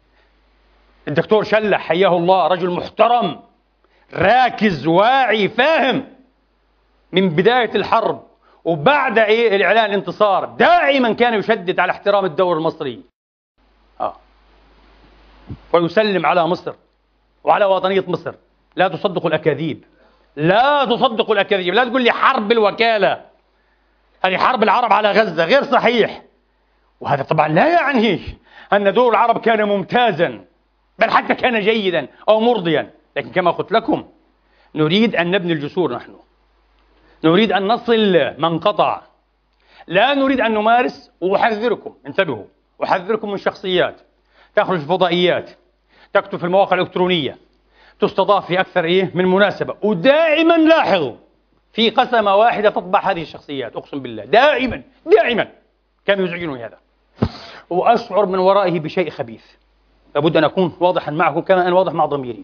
الدكتور شلح حياه الله رجل محترم راكز واعي فاهم، من بداية الحرب وبعد إيه الإعلان الانتصار دائما كان يشدد على احترام الدور المصري آه. ويسلم على مصر وعلى وطنية مصر. لا تصدقوا الأكاذيب، لا تصدقوا الأكاذيب، لا تقول لي حرب الوكالة، هذه حرب العرب على غزة، غير صحيح. وهذا طبعا لا يعني أن دور العرب كان ممتازا، بل حتى كان جيدا أو مرضيا. لكن كما قلت لكم نريد أن نبني الجسور، نحن نريد أن نصل من قطع، لا نريد أن نمارس. وأحذركم، انتبهوا، أحذركم من شخصيات تخرج في الفضائيات، تكتب في المواقع الإلكترونية، تستضاف في أكثر إيه من مناسبة، ودائما لاحظوا في قسمة واحدة تطبع هذه الشخصيات، أقسم بالله دائما دائما كانوا يزعجونني هذا، وأشعر من ورائه بشيء خبيث. لابد أن أكون واضحا معكم كما أنا واضح مع ضميري.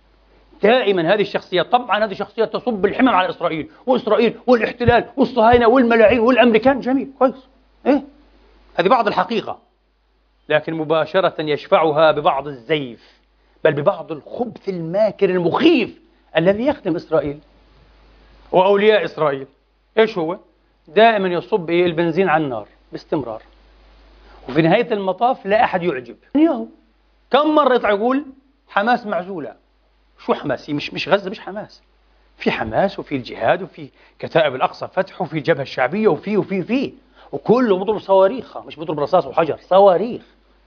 دائما هذه الشخصيات، طبعا هذه الشخصيات تصب الحمم على إسرائيل، وإسرائيل والاحتلال والصهاينة والملاعين والأمريكان، جميل كويس، إيه هذه بعض الحقيقة، لكن مباشرة يشفعها ببعض الزيف، بل ببعض الخبث الماكر المخيف الذي يخدم إسرائيل وأولياء إسرائيل. إيش هو؟ دائما يصب إيه البنزين على النار باستمرار، وفي نهاية المطاف لا أحد يعجب. ياهو كم مرة يطلع يقول حماس معزولة؟ شو حماس؟ مش مش غزة، مش حماس، في حماس وفي الجهاد وفي كتائب الأقصى فتح وفي الجبهة الشعبية وفي وفي في وكله بضرب صواريخ، مش بضرب رصاص وحجر، صواريخ.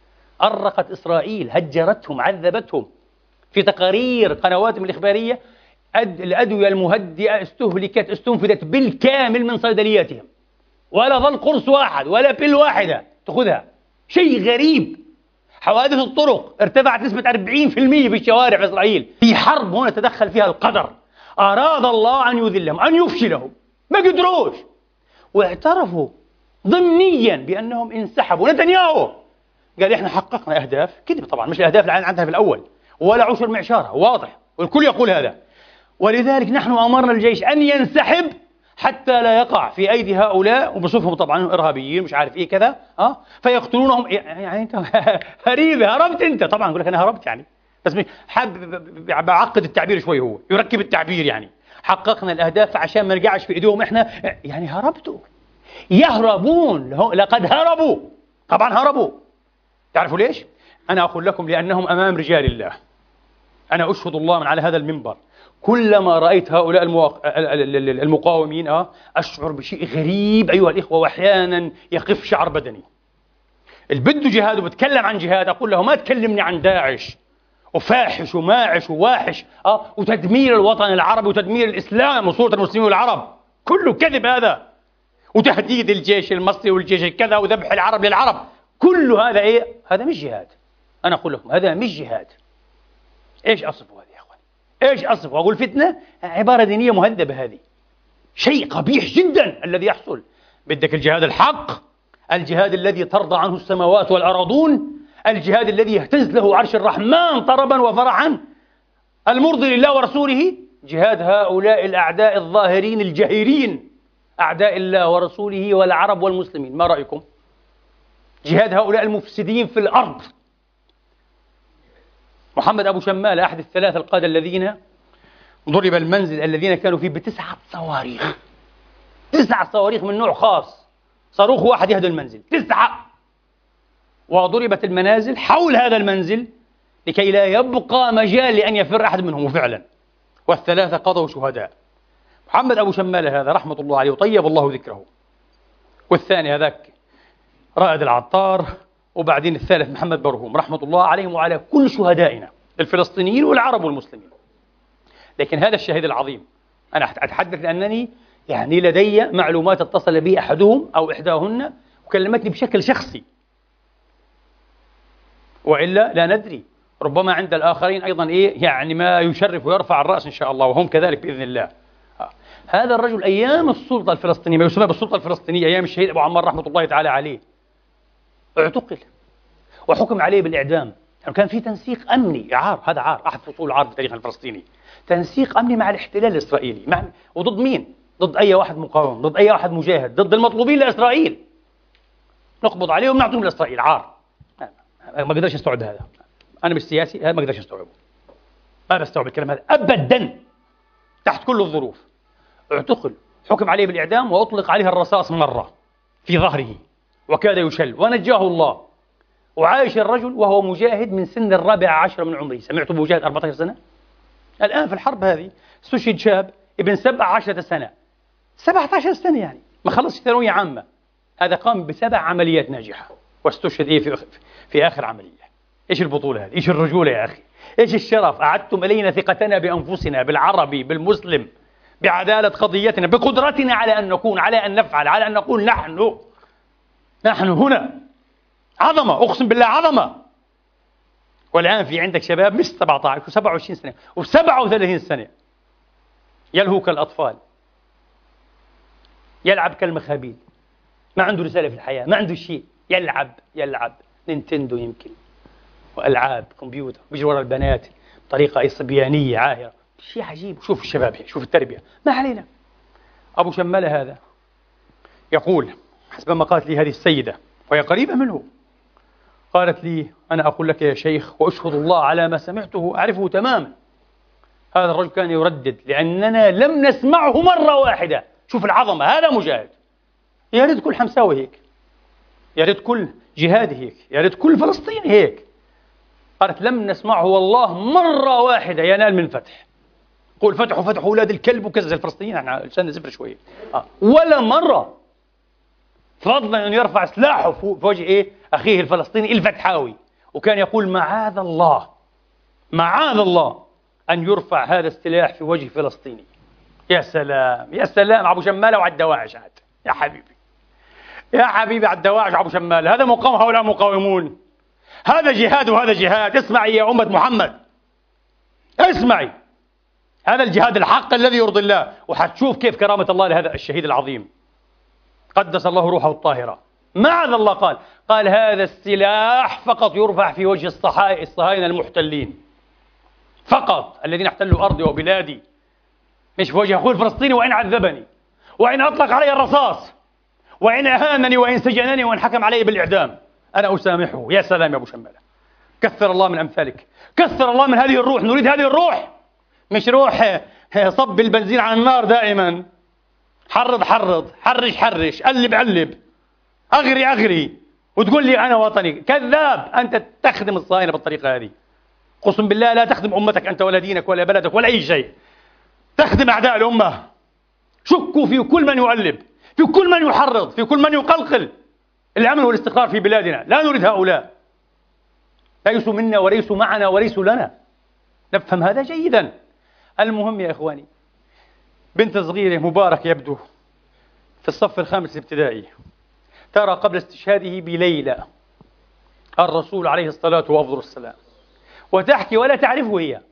أرقت إسرائيل، هجرتهم، عذبتهم. في تقارير قنواتهم الإخبارية أد... الأدوية المهدئة استهلكت استنفذت بالكامل من صيدلياتهم، ولا ظل قرص واحد ولا بيل واحدة تأخذها. شيء غريب. حوادث الطرق ارتفعت نسبة أربعين بالمئة في الشوارع في إسرائيل. في حرب هنا تدخل فيها القدر، أراد الله أن يذلهم، أن يفشلهم، ما قدروش، واعترفوا ضمنيا بأنهم انسحبوا. نتنياهو قال إحنا حققنا أهداف، كذب طبعا، مش الأهداف اللي عندها في الأول ولا عشر معشارها، واضح والكل يقول هذا. ولذلك نحن أمرنا الجيش أن ينسحب حتى لا يقع في أيدي هؤلاء، وبصفهم طبعا إرهابيين مش عارف إيه كذا، أه فيقتلونهم. يعني أنت هريبة، هربت أنت طبعا، يقول لك أنا هربت يعني، بس حاب بعقد التعبير شوي، هو يركب التعبير يعني حققنا الأهداف عشان ما نرجعش في إيديهم إحنا، يعني هربتوا، يهربون، لقد هربوا، طبعا هربوا. تعرفوا ليش؟ أنا أقول لكم لأنهم أمام رجال الله. أنا أشهد الله من على هذا المنبر، كلما رأيت هؤلاء المواق... المقاومين أه أشعر بشيء غريب أيها الإخوة، وأحيانا يقف شعر بدني. البده جهاد وبتكلم عن جهاد، أقول له ما تكلمني عن داعش وفاحش وماعش وواحش أه وتدمير الوطن العربي وتدمير الإسلام وصورة المسلمين والعرب، كله كذب هذا، وتهديد الجيش المصري والجيش الكذا وذبح العرب للعرب، كل هذا إيه؟ هذا مش جهاد. أنا أقول لكم هذا مش جهاد. إيش أصفه هذه يا أخوان؟ إيش أصفه؟ أقول فتنة؟ عبارة دينية مهذبة، هذه شيء قبيح جدا الذي يحصل. بدك الجهاد الحق، الجهاد الذي ترضى عنه السماوات والأرضون، الجهاد الذي يهتز له عرش الرحمن طربا وفرحا، المرضي لله ورسوله. جهاد هؤلاء الأعداء الظاهرين الجهيرين، أعداء الله ورسوله والعرب والمسلمين. ما رأيكم؟ جهاد هؤلاء المفسدين في الأرض. محمد أبو شمال أحد الثلاثة القادة الذين ضرب المنزل الذين كانوا فيه بتسعة صواريخ، تسعة صواريخ من نوع خاص، صاروخ واحد يهدم المنزل، تسعة. وضربت المنازل حول هذا المنزل لكي لا يبقى مجال لأن يفر أحد منهم، وفعلا والثلاثة قضوا شهداء. محمد أبو شمال هذا رحمة الله عليه وطيب الله ذكره، والثاني هذاك رائد العطار، وبعدين الثالث محمد برهوم، رحمة الله عليهم وعلى كل شهدائنا الفلسطينيين والعرب والمسلمين. لكن هذا الشهيد العظيم أنا أتحدث لأنني يعني لدي معلومات اتصل بي أحدهم أو إحداهن وكلمتني بشكل شخصي، وإلا لا ندري، ربما عند الآخرين أيضا إيه يعني ما يشرف ويرفع الرأس إن شاء الله، وهم كذلك بإذن الله. هذا الرجل أيام السلطة الفلسطينية، ما يسمى بالسلطة الفلسطينية، أيام الشهيد أبو عمار رحمة الله تعالى عليه، اعتقل وحكم عليه بالإعدام. يعني كان في تنسيق أمني، عار، هذا عار، أحد فصول العار في التاريخ الفلسطيني، تنسيق أمني مع الاحتلال الإسرائيلي. مع... وضد مين؟ ضد أي واحد مقاوم، ضد أي واحد مجاهد، ضد المطلوبين لإسرائيل، نقبض عليهم ونعطيهم لإسرائيل. عار، ما أقدرش أستوعب هذا، أنا مش سياسي، هذا ما أقدرش أستوعبه، ما بستوعب الكلام هذا أبدا تحت كل الظروف. اعتقل، حكم عليه بالإعدام، وأطلق عليه الرصاص مرة في ظهره وكاد يشل، ونجاه الله. وعايش الرجل وهو مجاهد من سن الرابع عشر من عمره. سمعتوا بمجاهد أربعة عشر سنة؟ الآن في الحرب هذه استشهد شاب ابن سبع عشرة سنة، سبعة عشر سنة يعني ما خلص ثانوية عامة، هذا قام بسبع عمليات ناجحة واستشهد إيه في, في آخر عملية. إيش البطولة هذه؟ إيش الرجولة يا أخي؟ إيش الشرف؟ أعدتم إلينا ثقتنا بأنفسنا، بالعربي، بالمسلم، بعدالة قضيتنا، بقدرتنا على أن نكون، على أن نفعل، على أن نقول نحن نحن هنا. عظمة، أقسم بالله عظمة. والآن في عندك شباب مش سبعة عشر وسبعة وعشرين سنة وسبعة وثلاثين سنة يلهو كالأطفال، يلعب كالمخابيل، ما عنده رسالة في الحياة، ما عنده شيء، يلعب يلعب نينتندو يمكن وألعاب كمبيوتر، بيجي ورا البنات بطريقة صبيانية عاهرة، شيء عجيب. شوف الشباب هيك، شوف التربية. ما علينا. أبو شمالة هذا يقول حسب ما قالت لي هذه السيدة وهي قريبة منه، قالت لي: أنا أقول لك يا شيخ وأشهد الله على ما سمعته أعرفه تماما، هذا الرجل كان يردد لأننا لم نسمعه مرة واحدة. شوف العظمة، هذا مجاهد. يا ريت كل حمساوي هيك، يا ريت كل جهادي هيك، يا ريت كل فلسطيني هيك. قالت: لم نسمعه والله مرة واحدة ينال من فتح. قول فتحوا فتحوا أولاد الكلب وكذا الفلسطينيين، احنا لسان زفر شوية آه. ولا مرة، فضلا أن يرفع سلاحه في وجه إيه؟ أخيه الفلسطيني الفتحاوي، وكان يقول: معاذ الله معاذ الله أن يرفع هذا السلاح في وجه فلسطيني. يا سلام يا سلام. أبو شمالة وعلى الدواعش عاد. يا حبيبي يا حبيبي على الدواعش أبو شمالة، هذا مقاوم، هؤلاء مقاومون، هذا جهاد وهذا جهاد. اسمعي يا أمة محمد، اسمعي، هذا الجهاد الحق الذي يرضي الله، وحتشوف كيف كرامة الله لهذا الشهيد العظيم قدس الله روحه الطاهرة. معاذ الله قال قال هذا السلاح فقط يرفع في وجه الصهاينة المحتلين فقط، الذين احتلوا أرضي وبلادي، مش في وجه أخوي الفلسطيني وإن عذبني وإن أطلق علي الرصاص وإن أهانني وإن سجنني وإن حكم علي بالإعدام، أنا أسامحه. يا سلام يا أبو شمالة، كثر الله من أمثالك، كثر الله من هذه الروح. نريد هذه الروح، مش روح صب البنزين على النار دائما، حرض حرض، حرش حرش، قلب قلب، أغري أغري، وتقول لي أنا وطني. كذاب، أنت تخدم الصهاينة بالطريقة هذه. قسم بالله لا تخدم أمتك أنت ولا دينك ولا بلدك ولا أي شيء، تخدم أعداء الأمة. شكوا في كل من يؤلب، في كل من يحرض، في كل من يقلقل الأمن والاستقرار في بلادنا. لا نريد هؤلاء، ليسوا منا وليسوا معنا وليسوا لنا، نفهم هذا جيدا. المهم يا إخواني، بنت صغيرة مبارك يبدو في الصف الخامس الابتدائي ترى قبل استشهاده بليلة الرسول عليه الصلاة والسلام، وتحكي ولا تعرفه هي،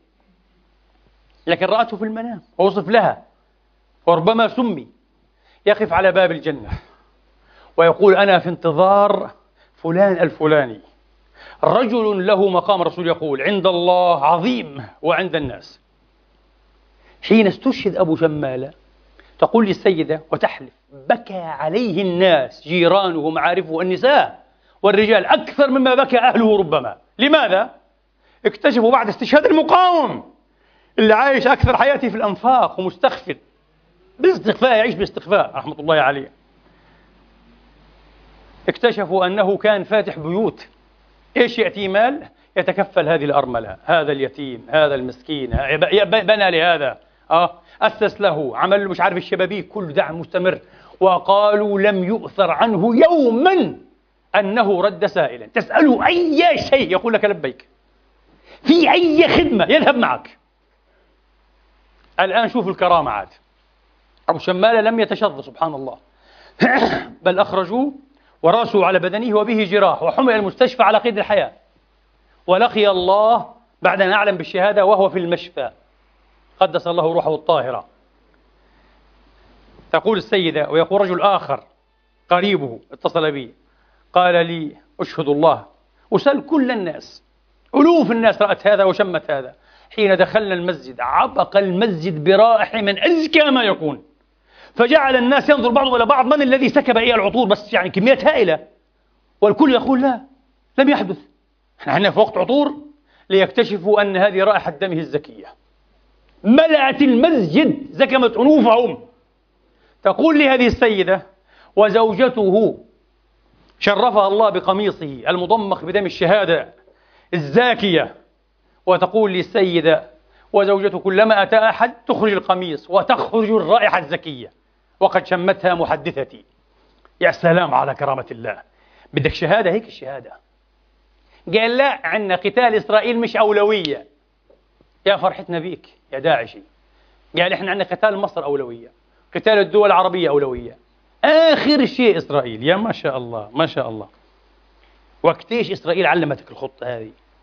لكن رأته في المنام ووصف لها، وربما سمي، يقف على باب الجنة ويقول: أنا في انتظار فلان الفلاني، رجل له مقام. الرسول يقول: عند الله عظيم وعند الناس. حين استشهد أبو شمالة تقول لي السيدة وتحلف: بكى عليه الناس، جيرانه ومعارفه، النساء والرجال، أكثر مما بكى أهله ربما. لماذا؟ اكتشفوا بعد استشهاد المقاوم اللي عايش أكثر حياته في الأنفاق ومستخفٍ باستخفاء، يعيش باستخفاء رحمة الله عليه، اكتشفوا أنه كان فاتح بيوت. إيش يأتي مال يتكفل هذه الأرملة، هذا اليتيم، هذا المسكين، بنى لهذا، آه أسس له، عمل له مش عارف الشبابيك، كل دعم مستمر. وقالوا لم يؤثر عنه يوما أنه رد سائلا، تسأله أي شيء يقول لك لبيك، في أي خدمة يذهب معك. الآن شوف الكرامة عاد. أبو شمالة لم يتشظ سبحان الله بل أخرجوه وراسوا على بدنه وبه جراح، وحمل المستشفى على قيد الحياة، ولقي الله بعد أن أعلم بالشهادة وهو في المشفى قدس الله روحه الطاهرة. تقول السيدة ويقول رجل آخر قريبه اتصل بي قال لي: أشهد الله، وسل كل الناس، ألوف الناس رأت هذا وشمت هذا. حين دخلنا المسجد عبق المسجد برائحة من أزكى ما يكون، فجعل الناس ينظر بعضهم إلى بعض من الذي سكب إيه العطور، بس يعني كميات هائلة، والكل يقول لا لم يحدث، نحن في وقت عطور، ليكتشفوا أن هذه رائحة دمه الزكية. ملأت المسجد، زكمت أنوفهم. تقول لي هذه السيدة وزوجته شرفها الله بقميصه المضمخ بدم الشهادة الزاكية، وتقول لي السيدة وزوجته كلما أتى أحد تخرج القميص وتخرج الرائحة الزكية، وقد شمتها محدثتي. يا سلام على كرامة الله. بدك شهادة هيك الشهادة. قال: لا، عندنا قتال إسرائيل مش أولوية. يا فرحتنا بيك يا داعشي. قال: إحنا عندنا قتال مصر أولوية، قتال الدول العربية أولوية، آخر شيء إسرائيل. يا ما شاء الله ما شاء الله. وقتيش إسرائيل علمتك الخطة هذه؟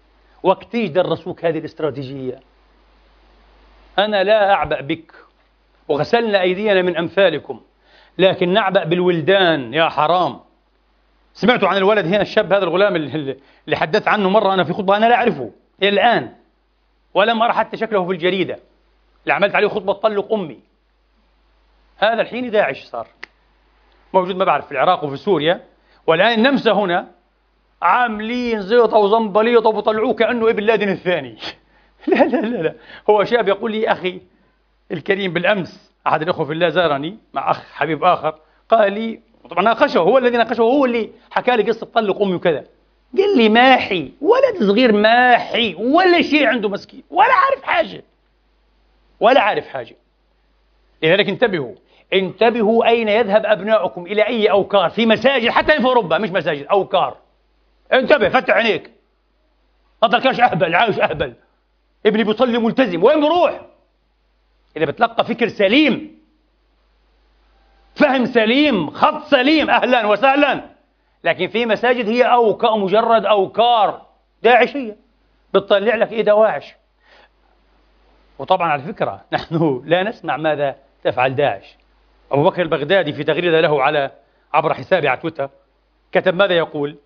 وقتيش درسوك هذه الاستراتيجية؟ أنا لا أعبأ بك، وغسلنا أيدينا من أمثالكم، لكن نعبأ بالولدان يا حرام. سمعتوا عن الولد هنا الشاب هذا الغلام اللي حدثت عنه مرة أنا في خطبة، أنا لا أعرفه إلى الآن، ولم أرى حتى شكله في الجريدة، اللي عملت عليه خطبة طلق أمي. هذا الحين داعش صار موجود، ما بعرف، في العراق وفي سوريا، والآن النمسا هنا عاملين زيطة وزنبليطة وبطلعوه كأنه ابن لادن الثاني. لا لا لا لا، هو شاب يقول لي أخي الكريم بالأمس، أحد الأخوة في الله زارني مع أخ حبيب آخر، قال لي، طبعا ناقشه، هو الذي ناقشه، هو اللي حكى لي قصة طلق أمي وكذا، قال لي ماحي، ولد صغير ماحي ولا شيء عنده مسكين، ولا عارف حاجة ولا عارف حاجة. لذلك انتبهوا، انتبهوا أين يذهب أبناؤكم، إلى أي أوكار، في مساجد حتى في أوروبا، مش مساجد، أوكار. انتبه، فتح عينيك، ما تركاش أهبل، عايش أهبل، ابني بيصلي ملتزم، وين بروح؟ إذا بتلقى فكر سليم، فهم سليم، خط سليم، أهلا وسهلا. لكن في مساجد هي أوكار، مجرد أوكار داعشية، بتطلع لك إيه دواعش. وطبعا على فكرة نحن لا نسمع ماذا تفعل داعش. أبو بكر البغدادي في تغريدة له على عبر حسابه على تويتر كتب ماذا يقول؟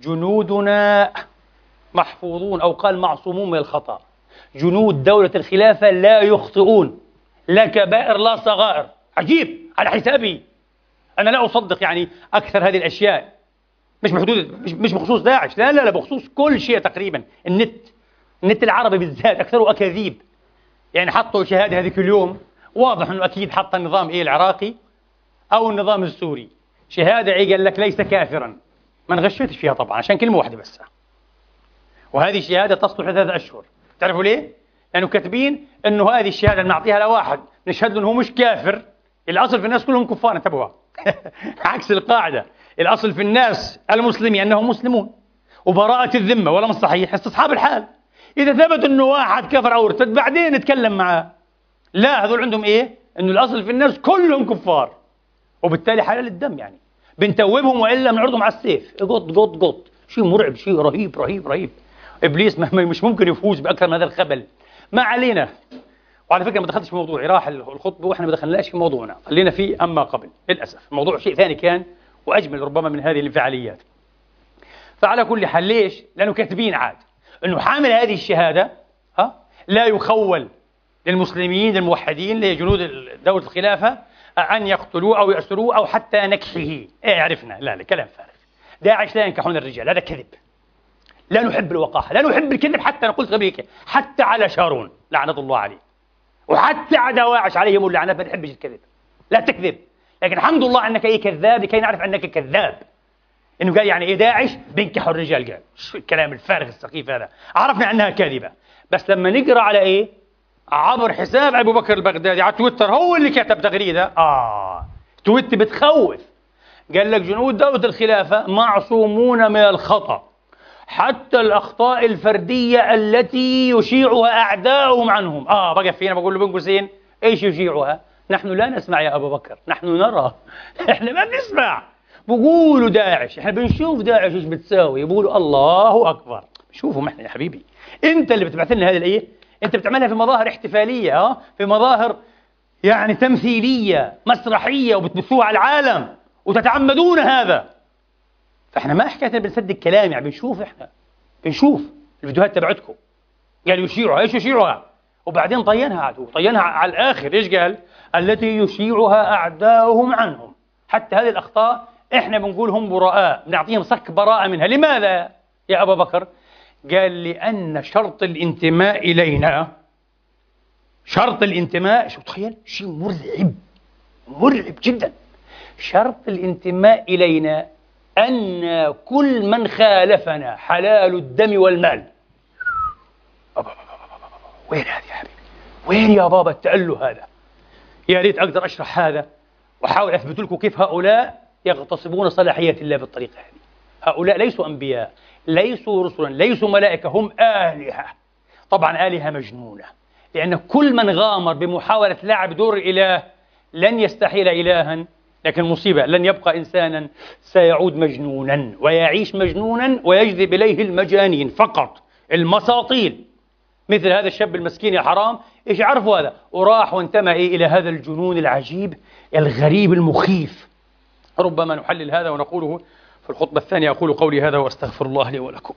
جنودنا محفوظون، أو قال معصومون من الخطأ. جنود دولة الخلافة لا يخطئون، لا كبائر لا صغائر. عجيب، على حسابي أنا لا أصدق يعني أكثر هذه الأشياء، مش بحدود، مش, مش بخصوص داعش، لا لا لا، بخصوص كل شيء تقريبا. النت النت العربي بالذات أكثره أكاذيب. يعني حطوا شهادة هذه كل يوم، واضح أنه أكيد حط النظام إيه العراقي أو النظام السوري، شهادة إيه قال لك ليس كافرا، ما نغشيتش فيها طبعا عشان كلمة واحدة بس، وهذه الشهادة تصلح لثلاث أشهر. تعرفوا ليه؟ لأنه كاتبين أنه هذه الشهادة اللي نعطيها لواحد نشهد له أنه مش كافر، الأصل في الناس كلهم كفار، انتبهوا. عكس القاعدة، الأصل في الناس المسلمين أنهم مسلمون وبراءة الذمة، ولا مش صحيح؟ استصحاب الحال. إذا ثبت أنه واحد كفر أو ارتد بعدين نتكلم معاه. لا، هذول عندهم إيه؟ أنه الأصل في الناس كلهم كفار، وبالتالي حلال الدم، يعني بنتوبهم وإلا بنعرضهم على السيف، قط قط قط. شيء مرعب، شيء رهيب رهيب رهيب. إبليس مش ممكن يفوز بأكثر من هذا الخبل. ما علينا. وعلى فكرة ما دخلتش في موضوعي، راح الخطبة وإحنا ما دخلناش في موضوعنا، خلينا فيه أما قبل. للأسف الموضوع شيء ثاني كان وأجمل ربما من هذه الانفعاليات. فعلى كل حال، ليش؟ لأنه كاتبين عاد أنه حامل هذه الشهادة ها لا يخول للمسلمين الموحدين لجنود دولة الخلافة أن يقتلوه أو يأسروه أو حتى نكحه. إيه عرفنا، لا لا، كلام فارغ. داعش لا ينكحون الرجال، هذا كذب. لا نحب الوقاحة، لا نحب الكذب، حتى أنا قلت قبل حتى على شارون لعنة الله عليه، وحتى على دواعش عليهم اللعنات، ما نحبش الكذب، لا تكذب. لكن الحمد لله أنك إيه كذاب، لكي نعرف أنك كذاب. إنه قال يعني إيه داعش بينكحوا الرجال، قال شو الكلام الفارغ السخيف هذا؟ عرفنا أنها كاذبة. بس لما نقرأ على إيه؟ عبر حساب أبو بكر البغدادي على تويتر، هو اللي كتب تغريدة، آه تويت بتخوف. قال لك جنود دولة الخلافة معصومون من الخطأ، حتى الأخطاء الفردية التي يشيعها أعداؤهم عنهم. آه بقى فينا بقول له بن قوسين إيش يشيعها؟ نحن لا نسمع يا أبو بكر، نحن نرى. إحنا ما بنسمع. بقولوا داعش، إحنا بنشوف داعش إيش بتساوي، بقولوا الله أكبر. شوفوا إحنا يا حبيبي، أنت اللي بتبعث لنا هذه الإيه؟ أنت بتعملها في مظاهر احتفالية، آه في مظاهر يعني تمثيلية مسرحية، وبتبثوها على العالم وتتعمدون هذا. فإحنا ما حكاية بنصدق كلام، يعني بنشوف، إحنا بنشوف الفيديوهات تبعتكم. قال يشيعها، إيش يشيعها؟ وبعدين طينها عاد، طينها على الآخر. إيش قال؟ التي يشيعها أعداؤهم عنهم. حتى هذه الأخطاء إحنا بنقول هم براء، بنعطيهم صك براءة منها. لماذا يا أبا بكر؟ قال لأن شرط الانتماء إلينا، شرط الانتماء، شو تخيل؟ شيء مرعب، مرعب جدا. شرط الانتماء إلينا أن كل من خالفنا حلال الدم والمال. أبا أبا أبا أبا. وين هذا يا حبيبي؟ وين يا بابا التأله هذا؟ يا ريت أقدر أشرح هذا وأحاول أثبت لكم كيف هؤلاء يغتصبون صلاحية الله بالطريقة هذه. هؤلاء ليسوا أنبياء، ليسوا رسلا، ليسوا ملائكة، هم آلهة. طبعا آلهة مجنونة، لأن كل من غامر بمحاولة لعب دور الإله لن يستحيل إلها، لكن مصيبة لن يبقى إنسانا، سيعود مجنونا ويعيش مجنونا ويجذب إليه المجانين فقط. المساطيل مثل هذا الشاب المسكين يا حرام، إيش يعرفوا هذا؟ وراح وانتمى إيه إلى هذا الجنون العجيب الغريب المخيف. ربما نحلل هذا ونقوله في الخطبة الثانية. أقول قولي هذا وأستغفر الله لي ولكم.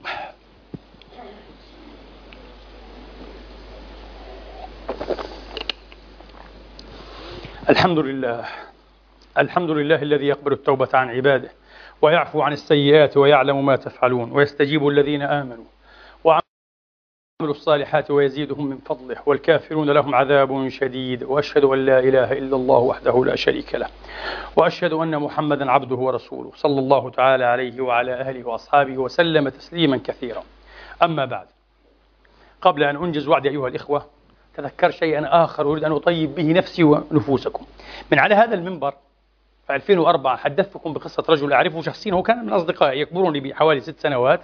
الحمد لله، الحمد لله الذي يقبل التوبة عن عباده ويعفو عن السيئات ويعلم ما تفعلون ويستجيب الذين آمنوا وعملوا الصالحات ويزيدهم من فضله والكافرون لهم عذاب شديد. وأشهد أن لا إله إلا الله وحده لا شريك له وأشهد أن محمدا عبده ورسوله صلى الله تعالى عليه وعلى أهله وأصحابه وسلم تسليما كثيرا. أما بعد، قبل أن أنجز وعدي أيها الإخوة، تذكر شيئا آخر أريد أن أطيب به نفسي ونفوسكم. من على هذا المنبر في ألفين وأربعة حدثتكم بقصة رجل أعرفه شخصيا، هو كان من أصدقائي يكبرني بحوالي ست سنوات،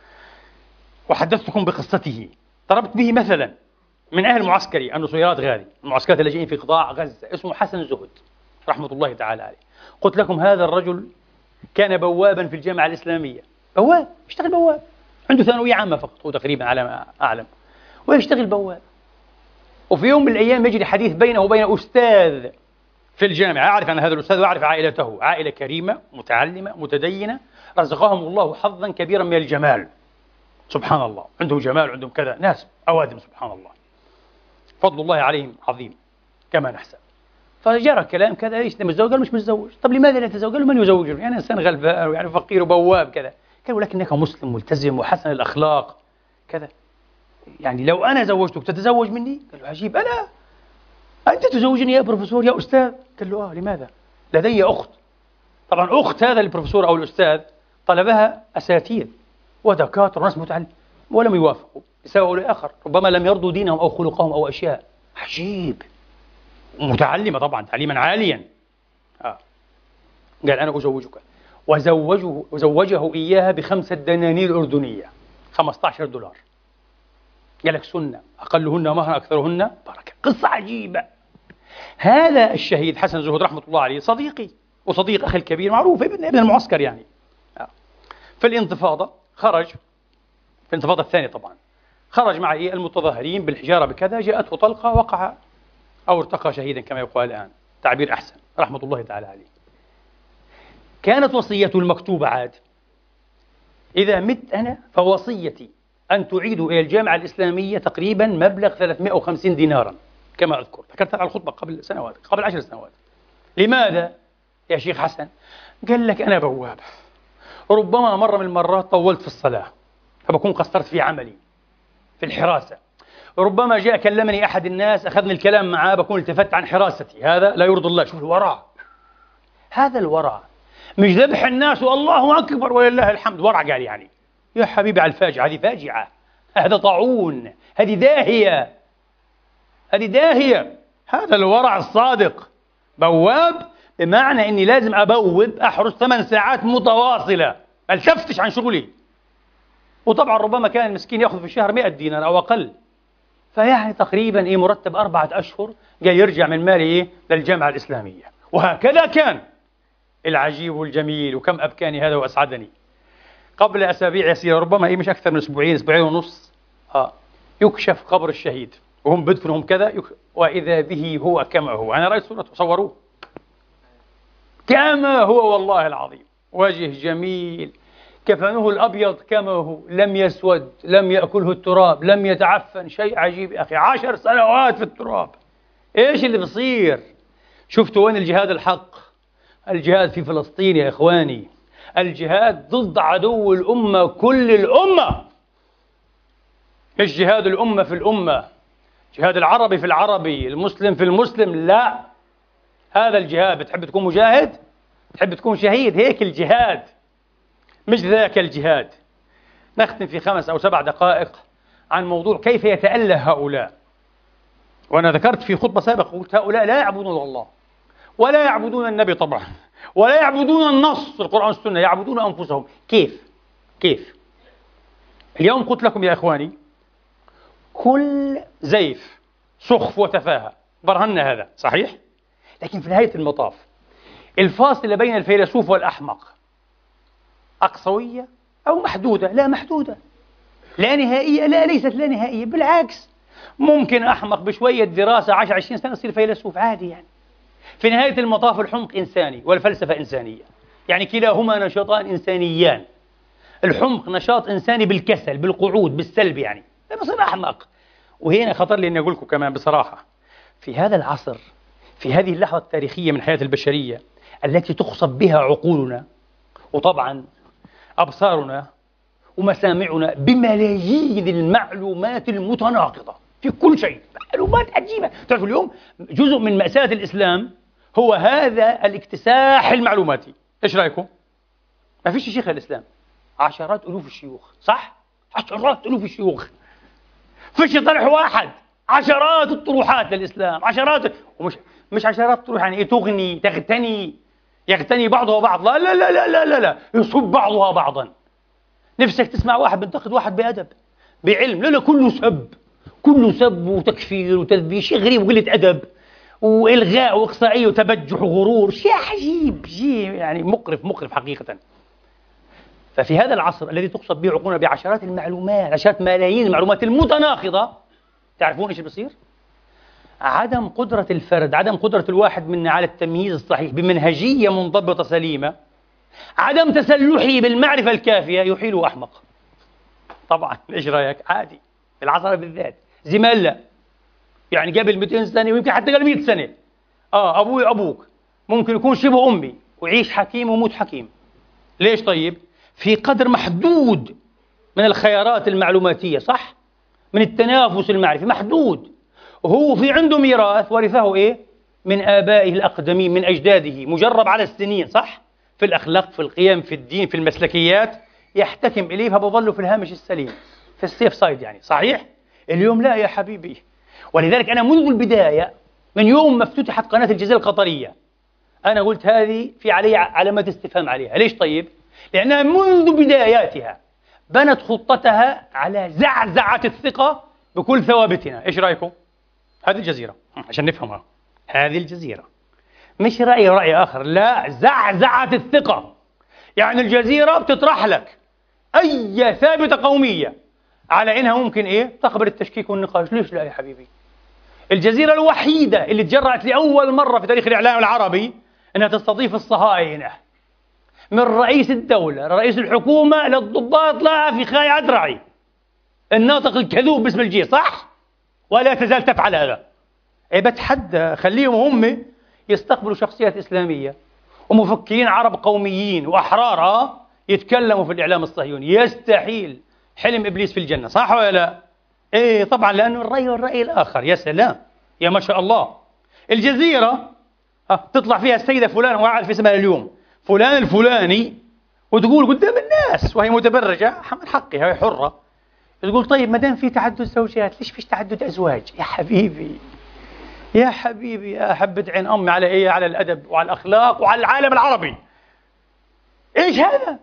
وحدثتكم بقصته. ضربت به مثلا من أهل معسكري النصيرات غازي، المعسكرات اللاجئين في قطاع غزة، اسمه حسن زهد رحمة الله تعالى عليه. قلت لكم هذا الرجل كان بوابا في الجامعة الإسلامية، بواب يشتغل بواب، عنده ثانوية عامة فقط هو تقريبا على ما أعلم، ويشتغل بواب. وفي يوم من الأيام يجري حديث بينه وبين أستاذ في الجامعة، أعرف أن هذا الأستاذ وأعرف عائلته، عائلة كريمة متعلمة متدينة، رزقهم الله حظا كبيرا من الجمال، سبحان الله، عندهم جمال، عندهم كذا، ناس أوادم سبحان الله، فضل الله عليهم عظيم كما نحسب. فجرى كلام كذا، ليش أنت متزوج؟ قال مش متزوج. طب لماذا لا تتزوج؟ قال من يزوجني؟ أنا إنسان غلبان ويعني فقير وبواب كذا. قال ولكنك مسلم ملتزم وحسن الأخلاق كذا، يعني لو أنا زوجتك تتزوج مني؟ قال له عجيب، أنا؟ أنت تزوجني يا بروفيسور يا أستاذ؟ قال له آه، لماذا؟ لدي أخت. طبعا أخت هذا البروفيسور أو الأستاذ طلبها أساتذة ودكاترة وناس متعلم ولم يوافقوا لسبب آخر، ربما لم يرضوا دينهم أو خلقهم أو أشياء. عجيب، متعلمة طبعا تعليما عاليا. آه. قال أنا أزوجك، وزوجه وزوجه إياها بخمسة دنانير أردنية، خمسة عشر دولار. قال لك سنة، أقلهن مهرا أكثرهن بركة. قصة عجيبة. هذا الشهيد حسن زهد رحمة الله عليه صديقي وصديق أخي الكبير، معروف ابن ابن المعسكر يعني. آه. في الانتفاضة خرج، في الانتفاضة الثانية طبعا، خرج مع المتظاهرين بالحجارة بكذا، جاءته طلقة وقع أو ارتقى شهيدا كما يقال الآن، تعبير أحسن رحمة الله تعالى عليه. كانت وصيته المكتوبة عاد: إذا مت أنا فوصيتي أن تعيدوا إلى الجامعة الإسلامية تقريبا مبلغ ثلاثمائة وخمسين دينارا كما أذكر، ذكرت على الخطبة قبل سنوات، قبل عشر سنوات. لماذا يا شيخ حسن؟ قال لك أنا بواب، ربما مرة من المرات طولت في الصلاة فبكون قصرت في عملي في الحراسة، ربما جاء كلمني أحد الناس أخذني الكلام معاه بكون التفت عن حراستي، هذا لا يرضي الله. شوف الورع، هذا الورع، مش ذبح الناس والله أكبر ولله الحمد، ورع. قال يعني يا حبيبي على الفاجعة، هذه فاجعة، هذا طاعون، هذه داهية، هذه داهية. هذا الورع الصادق. بواب بمعنى أني لازم أبوب، أحرس ثمان ساعات متواصلة، ما التفتش عن شغلي. وطبعا ربما كان المسكين يأخذ في الشهر مئة دينار أو أقل، فيعني تقريبا إيه مرتب أربعة أشهر قال يرجع من ماله إيه للجامعة الإسلامية. وهكذا كان العجيب والجميل. وكم أبكاني هذا وأسعدني. قبل أسابيع يسيرة، ربما إيه مش أكثر من أسبوعين أسبوعين ونص، آه يكشف قبر الشهيد وهم بدفنهم كذا يك... وإذا به هو كما هو. أنا رأيت صورته، صوروه كما هو والله العظيم، وجه جميل، كفنه الأبيض كما هو، لم يسود، لم يأكله التراب، لم يتعفن. شيء عجيب يا أخي، عشر سنوات في التراب. إيش اللي بصير؟ شفتوا وين الجهاد الحق؟ الجهاد في فلسطين يا إخواني، الجهاد ضد عدو الأمة، كل الأمة، مش جهاد الأمة في الأمة، جهاد العربي في العربي، المسلم في المسلم، لا. هذا الجهاد. بتحب تكون مجاهد؟ بتحب تكون شهيد؟ هيك الجهاد، مش ذاك الجهاد. نختم في خمس أو سبع دقائق عن موضوع كيف يتأله هؤلاء. وأنا ذكرت في خطبة سابقة، قلت هؤلاء لا يعبدون الله ولا يعبدون النبي طبعا ولا يعبدون النص القرآن والسنة، يعبدون أنفسهم. كيف؟ كيف؟ اليوم قلت لكم يا إخواني كل زيف سخف وتفاهة، برهنا هذا صحيح، لكن في نهاية المطاف الفاصلة بين الفيلسوف والأحمق أقصوية أو محدودة؟ لا، محدودة. لا نهائية؟ لا، ليست لا نهائية، بالعكس، ممكن أحمق بشوية دراسة عشر عشرين سنة يصير فيلسوف عادي يعني. في نهاية المطاف الحمق إنساني والفلسفة إنسانية، يعني كلاهما نشاطان إنسانيان. الحمق نشاط إنساني بالكسل، بالقعود، بالسلب، يعني بصير أحمق. وهنا خطر لي أني أقول لكم كمان بصراحة، في هذا العصر، في هذه اللحظة التاريخية من حياة البشرية التي تخصب بها عقولنا وطبعا أبصارنا ومسامعنا بملايين المعلومات المتناقضة في كل شيء، معلومات عجيبة. تعرفوا اليوم جزء من مأساة الإسلام هو هذا الاكتساح المعلوماتي. إيش رأيكم؟ ما فيش شيخ الإسلام، عشرات ألوف الشيوخ، صح؟ عشرات ألوف الشيوخ، فيش طرح واحد، عشرات الطروحات للإسلام، عشرات، ومش مش عشرات طروح يعني إيه، تغني، تغتني، يغتني بعضها بعض، لا لا لا لا لا لا, لا. يصب بعضها بعضا. نفسك تسمع واحد بينتقد واحد بأدب بعلم، لا لا، كله سب، كله سب وتكفير وتذبيح، شيء غريب وقلة أدب وإلغاء وإقصائية وتبجح وغرور، شيء عجيب، شيء يعني مقرف مقرف حقيقة. ففي هذا العصر الذي تقصد به عقولنا بعشرات المعلومات، عشرات ملايين المعلومات المتناقضة، تعرفون ايش بيصير؟ عدم قدرة الفرد، عدم قدرة الواحد منا على التمييز الصحيح بمنهجية منضبطة سليمة، عدم تسلحه بالمعرفة الكافية يحيله أحمق. طبعا ايش رأيك؟ عادي، العصر بالذات زمالة، يعني قبل مئتين سنة ويمكن حتى قبل مئة سنة، اه أبوي أبوك ممكن يكون شبه أمي ويعيش حكيم وموت حكيم. ليش طيب؟ في قدر محدود من الخيارات المعلوماتية، صح؟ من التنافس المعرفي محدود، وهو في عنده ميراث ورثه إيه؟ من آبائه الأقدمين، من أجداده، مجرب على السنين، صح؟ في الأخلاق، في القيم، في الدين، في المسلكيات، يحتكم إليه، فبظل في الهامش السليم، في السيف سايد يعني، صحيح؟ اليوم لا يا حبيبي. ولذلك أنا منذ البداية، من يوم ما افتتحت قناة الجزيرة القطرية، أنا قلت هذه في علي علامات استفهام عليها. ليش طيب؟ لأنها منذ بداياتها بنت خطتها على زعزعة الثقة بكل ثوابتنا. إيش رأيكم؟ هذه الجزيرة عشان نفهمها، هذه الجزيرة مش رأي رأي آخر، لا، زعزعة الثقة. يعني الجزيرة بتطرح لك أي ثابتة قومية على إنها ممكن إيه؟ تقبل التشكيك والنقاش. ليش لا يا حبيبي؟ الجزيرة الوحيدة اللي تجرأت لأول مرة في تاريخ الإعلام العربي إنها تستضيف الصهاينة، من رئيس الدولة، رئيس الحكومة، للضباط، لها في خاي عدرعي، الناطق الكذوب باسم الجيش، صح؟ ولا تزال تفعل هذا. إيه، بتحدى خليهم هم يستقبلوا شخصيات إسلامية ومفكرين عرب قوميين وأحرار آه يتكلموا في الإعلام الصهيوني. يستحيل، حلم إبليس في الجنة، صح ولا لا؟ إيه طبعا، لأنه الرأي والرأي الآخر. يا سلام، يا ما شاء الله. الجزيرة آه تطلع فيها السيدة فلان، وأعرف اسمها اليوم، فلان الفلاني، وتقول قدام الناس وهي متبرجة من حقها، هي حرة، تقول طيب ما دام في تعدد زوجات ليش فيش تعدد أزواج؟ يا حبيبي يا حبيبي يا حبة عين أمي، على إيه؟ على الأدب وعلى الأخلاق وعلى العالم العربي. إيش هذا؟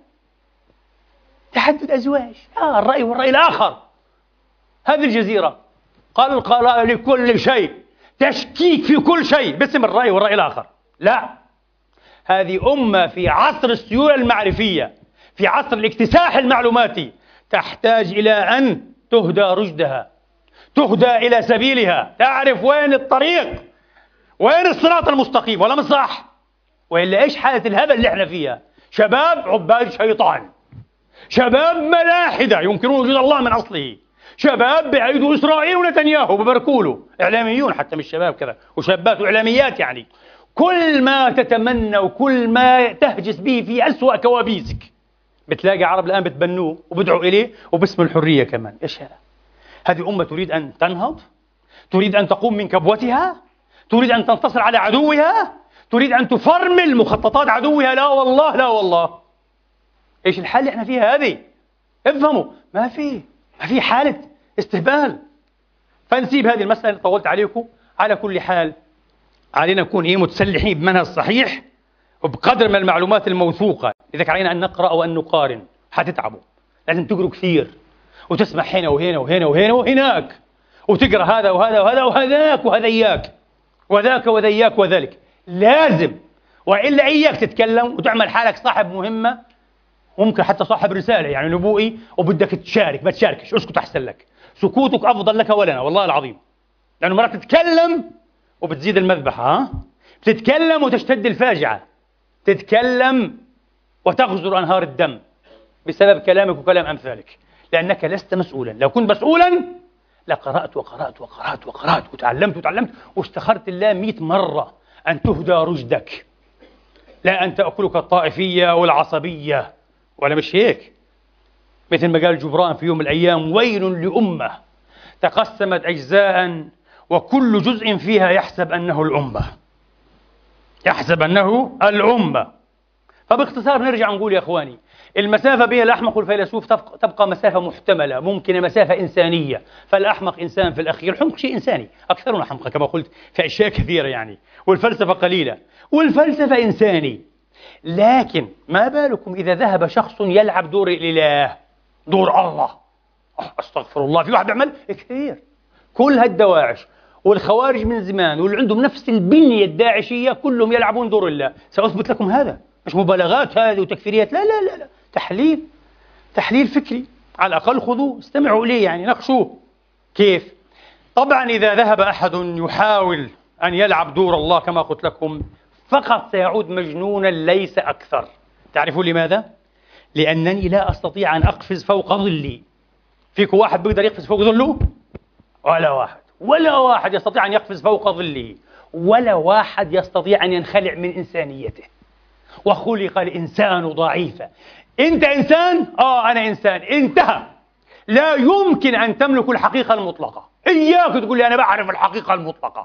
تعدد أزواج، آه الرأي والرأي الآخر. هذه الجزيرة قلقلة لكل شيء، تشكيك في كل شيء باسم الرأي والرأي الآخر. لا، هذه أمة في عصر السيولة المعرفية، في عصر الاكتساح المعلوماتي، تحتاج إلى أن تهدى رشدها، تهدى إلى سبيلها، تعرف وين الطريق، وين الصراط المستقيم، ولا مش صح؟ وإلا إيش حالة الهبل اللي احنا فيها؟ شباب عباد شيطان، شباب ملاحدة ينكرون وجود الله من أصله، شباب بيعيدوا إسرائيل ونتنياهو ببركوله، إعلاميون حتى مش شباب كذا، وشابات وإعلاميات، يعني كل ما تتمنى وكل ما تهجس به في أسوأ كوابيسك بتلاقي عرب الآن بتبنوه وبدعوا إليه وباسم الحرية كمان. إيش هذا؟ هذه أمة تريد أن تنهض، تريد أن تقوم من كبوتها، تريد أن تنتصر على عدوها، تريد أن تفرمل مخططات عدوها. لا والله، لا والله. إيش الحال اللي احنا فيها هذه؟ افهموا، ما في ما في حالة استهبال. فنسيب هذه المسألة، طولت عليكم. على كل حال علينا نكون إيه متسلحين بمنهج صحيح وبقدر من المعلومات الموثوقة. لذلك علينا أن نقرأ وأن نقارن. حتتعبوا، لازم تقروا كثير وتسمع هنا وهنا وهنا وهنا وهناك، وتقرأ هذا وهذا وهذا وهذاك وهذياك وذاك وذياك وذلك، لازم، وإلا إياك تتكلم وتعمل حالك صاحب مهمة وممكن حتى صاحب رسالة يعني نبوئي وبدك تشارك، ما تشاركش، اسكت أحسن لك، سكوتك أفضل لك ولنا والله العظيم. لأنه مرات تتكلم وبتزيد المذبحة، ها؟ بتتكلم وتشتد الفاجعة، تتكلم وتغزر أنهار الدم بسبب كلامك وكلام أمثالك، لأنك لست مسؤولا. لو كنت مسؤولا لقرأت وقرأت وقرأت وقرأت وتعلمت وتعلمت واستخرت الله مئة مرة أن تهدى رشدك، لا أن تأكلك الطائفية والعصبية، ولا مش هيك؟ مثل ما قال جبران في يوم من الأيام: ويل لأمة تقسمت أجزاء وكل جزء فيها يحسب أنه الأمة، يحسب أنه الأمة. فباختصار نرجع نقول يا إخواني، المسافة بين الأحمق والفيلسوف تبقى مسافة محتملة، ممكن مسافة إنسانية، فالأحمق إنسان في الأخير، الحمق شيء إنساني، أكثرنا حمقى كما قلت في أشياء كثيرة يعني، والفلسفة قليلة، والفلسفة إنساني. لكن ما بالكم إذا ذهب شخص يلعب دور الإله، دور الله، أستغفر الله، في واحد بيعمل كثير كل هالدواعش، والخوارج من زمان واللي عندهم نفس البنية الداعشية كلهم يلعبون دور الله. سأثبت لكم هذا، مش مبالغات هذه وتكفيريات، لا لا لا لا، تحليل، تحليل فكري على الأقل، خذوه استمعوا إليه يعني، ناقشوه. كيف؟ طبعا إذا ذهب أحد يحاول أن يلعب دور الله كما قلت لكم فقط سيعود مجنونا ليس أكثر. تعرفون لماذا؟ لأنني لا أستطيع أن أقفز فوق ظلي. فيكم واحد بيقدر يقفز فوق ظله؟ ولا واحد، ولا واحد يستطيع أن يقفز فوق ظله، ولا واحد يستطيع أن ينخلع من إنسانيته. وخلق الإنسان ضعيفا. أنت إنسان؟ آه أنا إنسان، انتهى. لا يمكن أن تملك الحقيقة المطلقة. إياك تقول لي أنا بعرف الحقيقة المطلقة،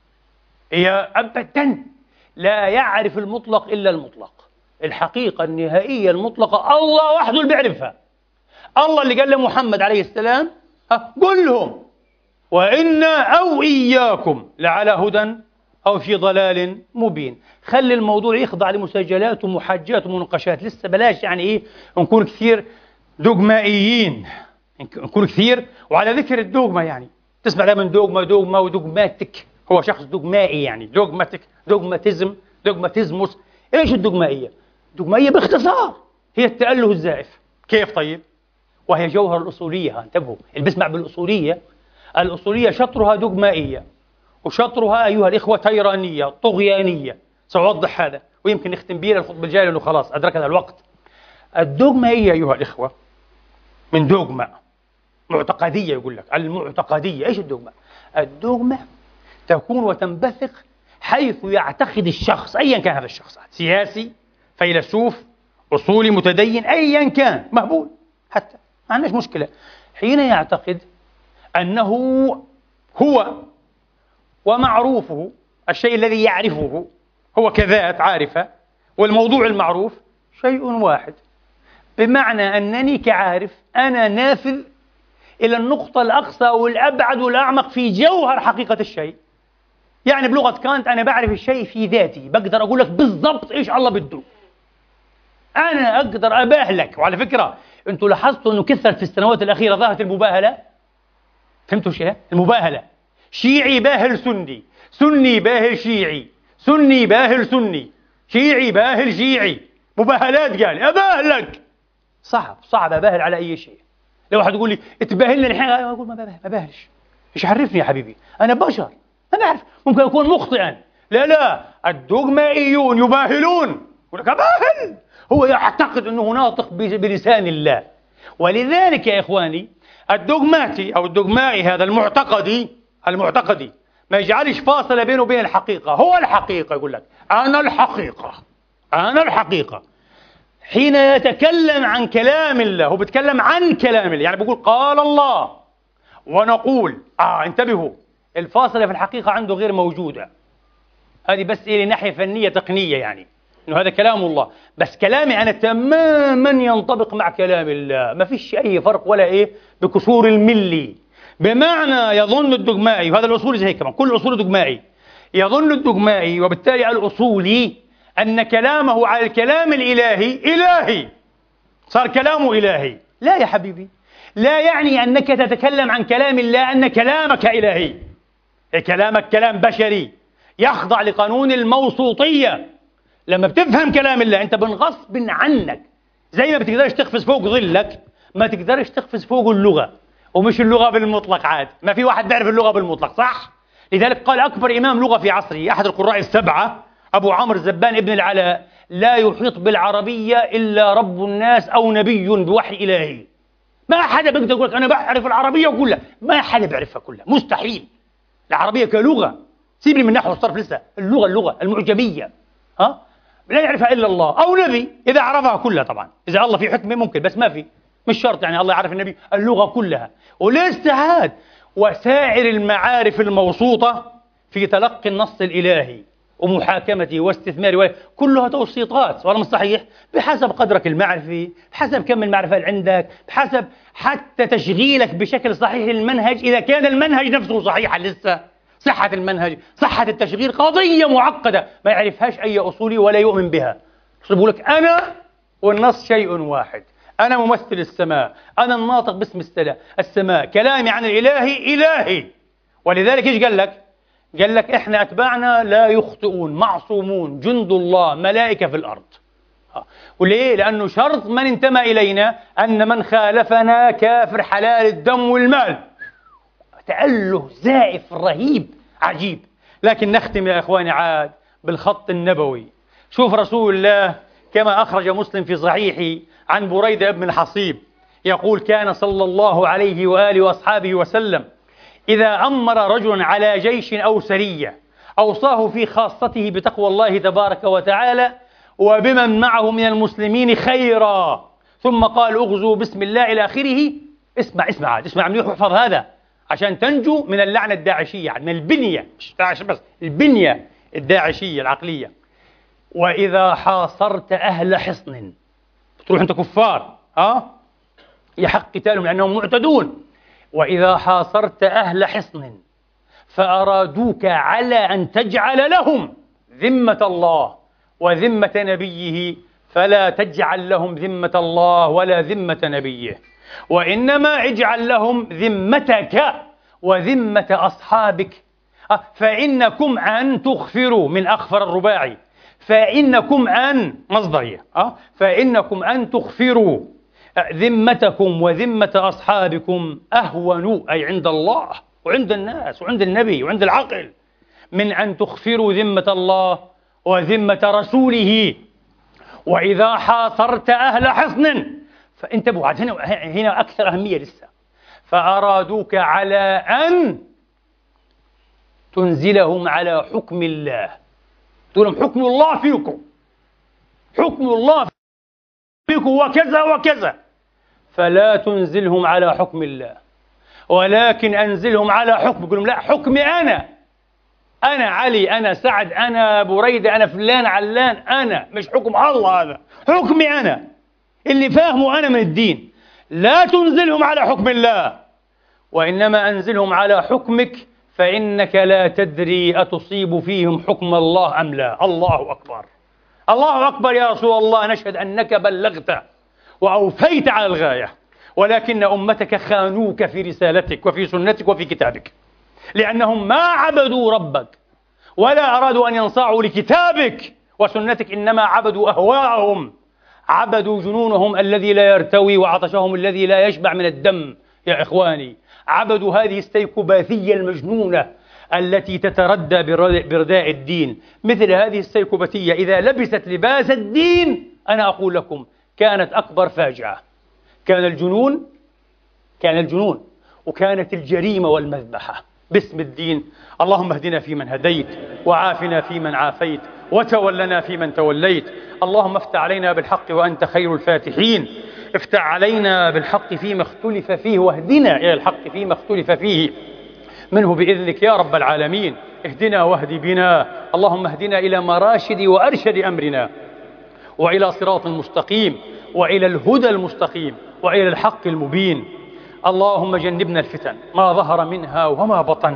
هي أبدا لا يعرف المطلق إلا المطلق. الحقيقة النهائية المطلقة الله وحده اللي بيعرفها. الله اللي قال لمحمد عليه السلام: قل لهم وإنا أو إياكم لعلى هدى أو في ضلال مبين. خلي الموضوع يخضع لمساجلات ومحاجات ومناقشات، لسه بلاش يعني إيه نكون كثير دوغمائيين، نكون كثير. وعلى ذكر الدوغما، يعني تسمع دائما دوغما دوغما ودوغماتيك، هو شخص دوغمائي يعني، دوغماتيك، دوغماتيزم، دوغماتيزموس. إيش الدوغمائية؟ الدوغمائية باختصار هي التأله الزائف. كيف طيب؟ وهي جوهر الأصولية. انتبهوا، اللي بيسمع بالأصولية، الأصولية شطرها دوغمائية وشطرها أيها الإخوة تيرانية طغيانية. سأوضح هذا ويمكن نختم به الخطبة الجاية لأنه خلاص أدركنا الوقت. الدوغمائية أيها الإخوة من دوغما معتقدية، يقول لك المعتقدية. إيش الدوغما؟ الدوغما تكون وتنبثق حيث يعتقد الشخص، أيا كان هذا الشخص، سياسي، فيلسوف، أصولي، متدين، أيا كان، مهبول حتى، ما عندناش مشكلة، حين يعتقد أنه هو ومعروفه، الشيء الذي يعرفه هو كذات عارفة، والموضوع المعروف شيء واحد. بمعنى أنني كعارف أنا نافذ إلى النقطة الأقصى والأبعد والأعمق في جوهر حقيقة الشيء. يعني بلغة كانت أنا بعرف الشيء في ذاتي، بقدر أقول لك بالضبط إيش الله بده، أنا أقدر أباهلك. وعلى فكرة أنتوا لاحظتوا أنه كثرت في السنوات الأخيرة ظاهرة المباهلة. فهمتوا شيء؟ المباهلة، شيعي باهل سني، سني باهل شيعي، سني باهل سني، شيعي باهل شيعي، مباهلات. قال أباهلك، صعب صعب أباهل على أي شيء. لو واحد يقول لي اتباهلنا الحين، أقول ما باهل، ما باهلش، إيش عرفني يا حبيبي، أنا بشر ما بعرف، ممكن أكون مخطئا. لا لا، الدوغمائيون يباهلون، يقول لك أباهل، هو يعتقد أنه ناطق بلسان الله. ولذلك يا إخواني الدوغماتي أو الدوغمائي هذا المعتقدي، المعتقدي ما يجعلش فاصلة بينه وبين الحقيقة، هو الحقيقة، يقول لك أنا الحقيقة، أنا الحقيقة. حين يتكلم عن كلام الله هو بيتكلم عن كلام الله، يعني بيقول قال الله ونقول. آه انتبهوا، الفاصلة في الحقيقة عنده غير موجودة. هذه بس إلى ناحية فنية تقنية، يعني إنه هذا كلام الله، بس كلامي أنا تماما ينطبق مع كلام الله، ما فيش أي فرق ولا إيه بكسور الملي. بمعنى يظن الدوغمائي، وهذا الأصولي زي هيك كمان، كل أصول دوغمائي، يظن الدوغمائي وبالتالي الأصولي أن كلامه على الكلام الإلهي إلهي، صار كلامه إلهي. لا يا حبيبي، لا يعني أنك تتكلم عن كلام الله أن كلامك إلهي، كلامك كلام بشري يخضع لقانون الموسوطية. لما بتفهم كلام الله أنت بنغصب عنك زي ما بتقدرش تقفز فوق ظلك ما تقدرش تقفز فوق اللغة، ومش اللغة بالمطلق عاد، ما في واحد بيعرف اللغة بالمطلق صح؟ لذلك قال أكبر إمام لغة في عصره أحد القراء السبعة أبو عمرو الزبان ابن العلاء: لا يحيط بالعربية إلا رب الناس أو نبي بوحي إلهي. ما حدا بيقدر يقول لك أنا بعرف العربية كلها، ما حدا بيعرفها كلها، مستحيل. العربية كلغة، سيب لي من نحو الصرف لسه، اللغة اللغة المعجمية ها لا يعرفها إلا الله أو نبي إذا عرفها كلها. طبعا إذا الله في حكمة ممكن، بس ما في، مش شرط يعني الله يعرف النبي اللغة كلها. ولسه هاد وسائر المعارف الموسوطة في تلقي النص الإلهي ومحاكمته واستثماره كلها توسيطات، ولا مش صحيح؟ بحسب قدرك المعرفي، بحسب كم المعرفة اللي عندك، بحسب حتى تشغيلك بشكل صحيح للمنهج، إذا كان المنهج نفسه صحيحا. لسه صحة المنهج، صحة التشغيل قضية معقدة ما يعرفهاش أي أصولي ولا يؤمن بها. يقول لك أنا والنص شيء واحد، أنا ممثل السماء، أنا الناطق باسم السماء، كلامي عن الإلهي إلهي. ولذلك إيش قال لك؟ قال لك إحنا أتباعنا لا يخطئون، معصومون، جند الله، ملائكة في الأرض. وليه؟ لأنه شرط من انتمى إلينا أن من خالفنا كافر حلال الدم والمال. تأله زائف رهيب عجيب. لكن نختم يا إخواني عاد بالخط النبوي. شوف رسول الله كما أخرج مسلم في صحيحه عن بريدة بن الحصيب يقول: كان صلى الله عليه وآله وأصحابه وسلم إذا أمر رجل على جيش أو سرية أوصاه في خاصته بتقوى الله تبارك وتعالى وبمن معه من المسلمين خيرا، ثم قال: اغزوا بسم الله إلى آخره. اسمع اسمع عاد اسمع منيح واحفظ هذا عشان تنجو من اللعنة الداعشية، من البنية، مش داعش بس، البنية الداعشية العقلية. وإذا حاصرت أهل حصن، تروح أنت كفار أه؟ يحق قتالهم لأنهم معتدون. وإذا حاصرت أهل حصن فأرادوك على أن تجعل لهم ذمة الله وذمة نبيه فلا تجعل لهم ذمة الله ولا ذمة نبيه، وإنما اجعل لهم ذمتك وذمة أصحابك. فإنكم أن تغفروا، من أغفر الرباعي، فإنكم أن مصدرية أه؟ فإنكم أن تغفروا ذمتكم وذمة أصحابكم أهون، أي عند الله وعند الناس وعند النبي وعند العقل، من أن تغفروا ذمة الله وذمة رسوله. وإذا حاصرت أهل حصن، فانتبهوا هنا هنا أكثر أهمية لسه، فأرادوك على أن تنزلهم على حكم الله، تقول لهم حكم الله فيكم، حكم الله فيكم وكذا وكذا، فلا تنزلهم على حكم الله ولكن أنزلهم على حكم. يقول لهم لا، حكمي أنا، أنا علي، أنا سعد، أنا بريدة، أنا فلان علان، أنا، مش حكم الله، هذا حكمي أنا اللي فاهمه أنا من الدين. لا تنزلهم على حكم الله وإنما أنزلهم على حكمك، فإنك لا تدري أتصيب فيهم حكم الله أم لا. الله أكبر، الله أكبر يا رسول الله، نشهد أنك بلغت وأوفيت على الغاية، ولكن أمتك خانوك في رسالتك وفي سنتك وفي كتابك، لأنهم ما عبدوا ربك ولا أرادوا أن ينصاعوا لكتابك وسنتك، إنما عبدوا أهواءهم، عبدوا جنونهم الذي لا يرتوي وعطشهم الذي لا يشبع من الدم. يا إخواني، عبدوا هذه السيكوباثية المجنونة التي تتردى برداء الدين. مثل هذه السيكوباثية إذا لبست لباس الدين، أنا أقول لكم كانت أكبر فاجعة. كان الجنون كان الجنون وكانت الجريمة والمذبحة باسم الدين. اللهم اهدنا فيمن هديت، وعافنا فيمن عافيت، وتولنا فيمن توليت. اللهم افتح علينا بالحق وأنت خير الفاتحين، افتح علينا بالحق فيما اختلف فيه، واهدنا إلى الحق فيما اختلف فيه منه بإذنك يا رب العالمين. اهدنا واهد بنا، اللهم اهدنا إلى مراشد وأرشد أمرنا، وإلى صراط مستقيم، وإلى الهدى المستقيم، وإلى الحق المبين. اللهم جنبنا الفتن ما ظهر منها وما بطن،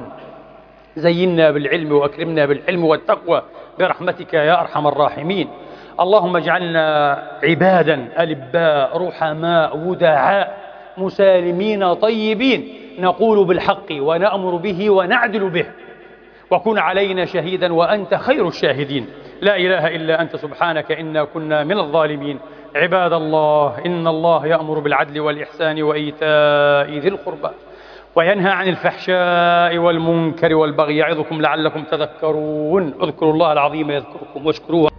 زينا بالعلم وأكرمنا بالحلم والتقوى برحمتك يا أرحم الراحمين. اللهم اجعلنا عبادا ألباء رحماء ودعاء مسالمين طيبين، نقول بالحق ونأمر به ونعدل به، وكن علينا شهيدا وأنت خير الشاهدين. لا إله إلا أنت سبحانك إنا كنا من الظالمين. عباد الله، إن الله يأمر بالعدل والإحسان وإيتاء ذي القربى وينهى عن الفحشاء والمنكر والبغي يعظكم لعلكم تذكرون. اذكروا الله العظيم يذكركم واشكروه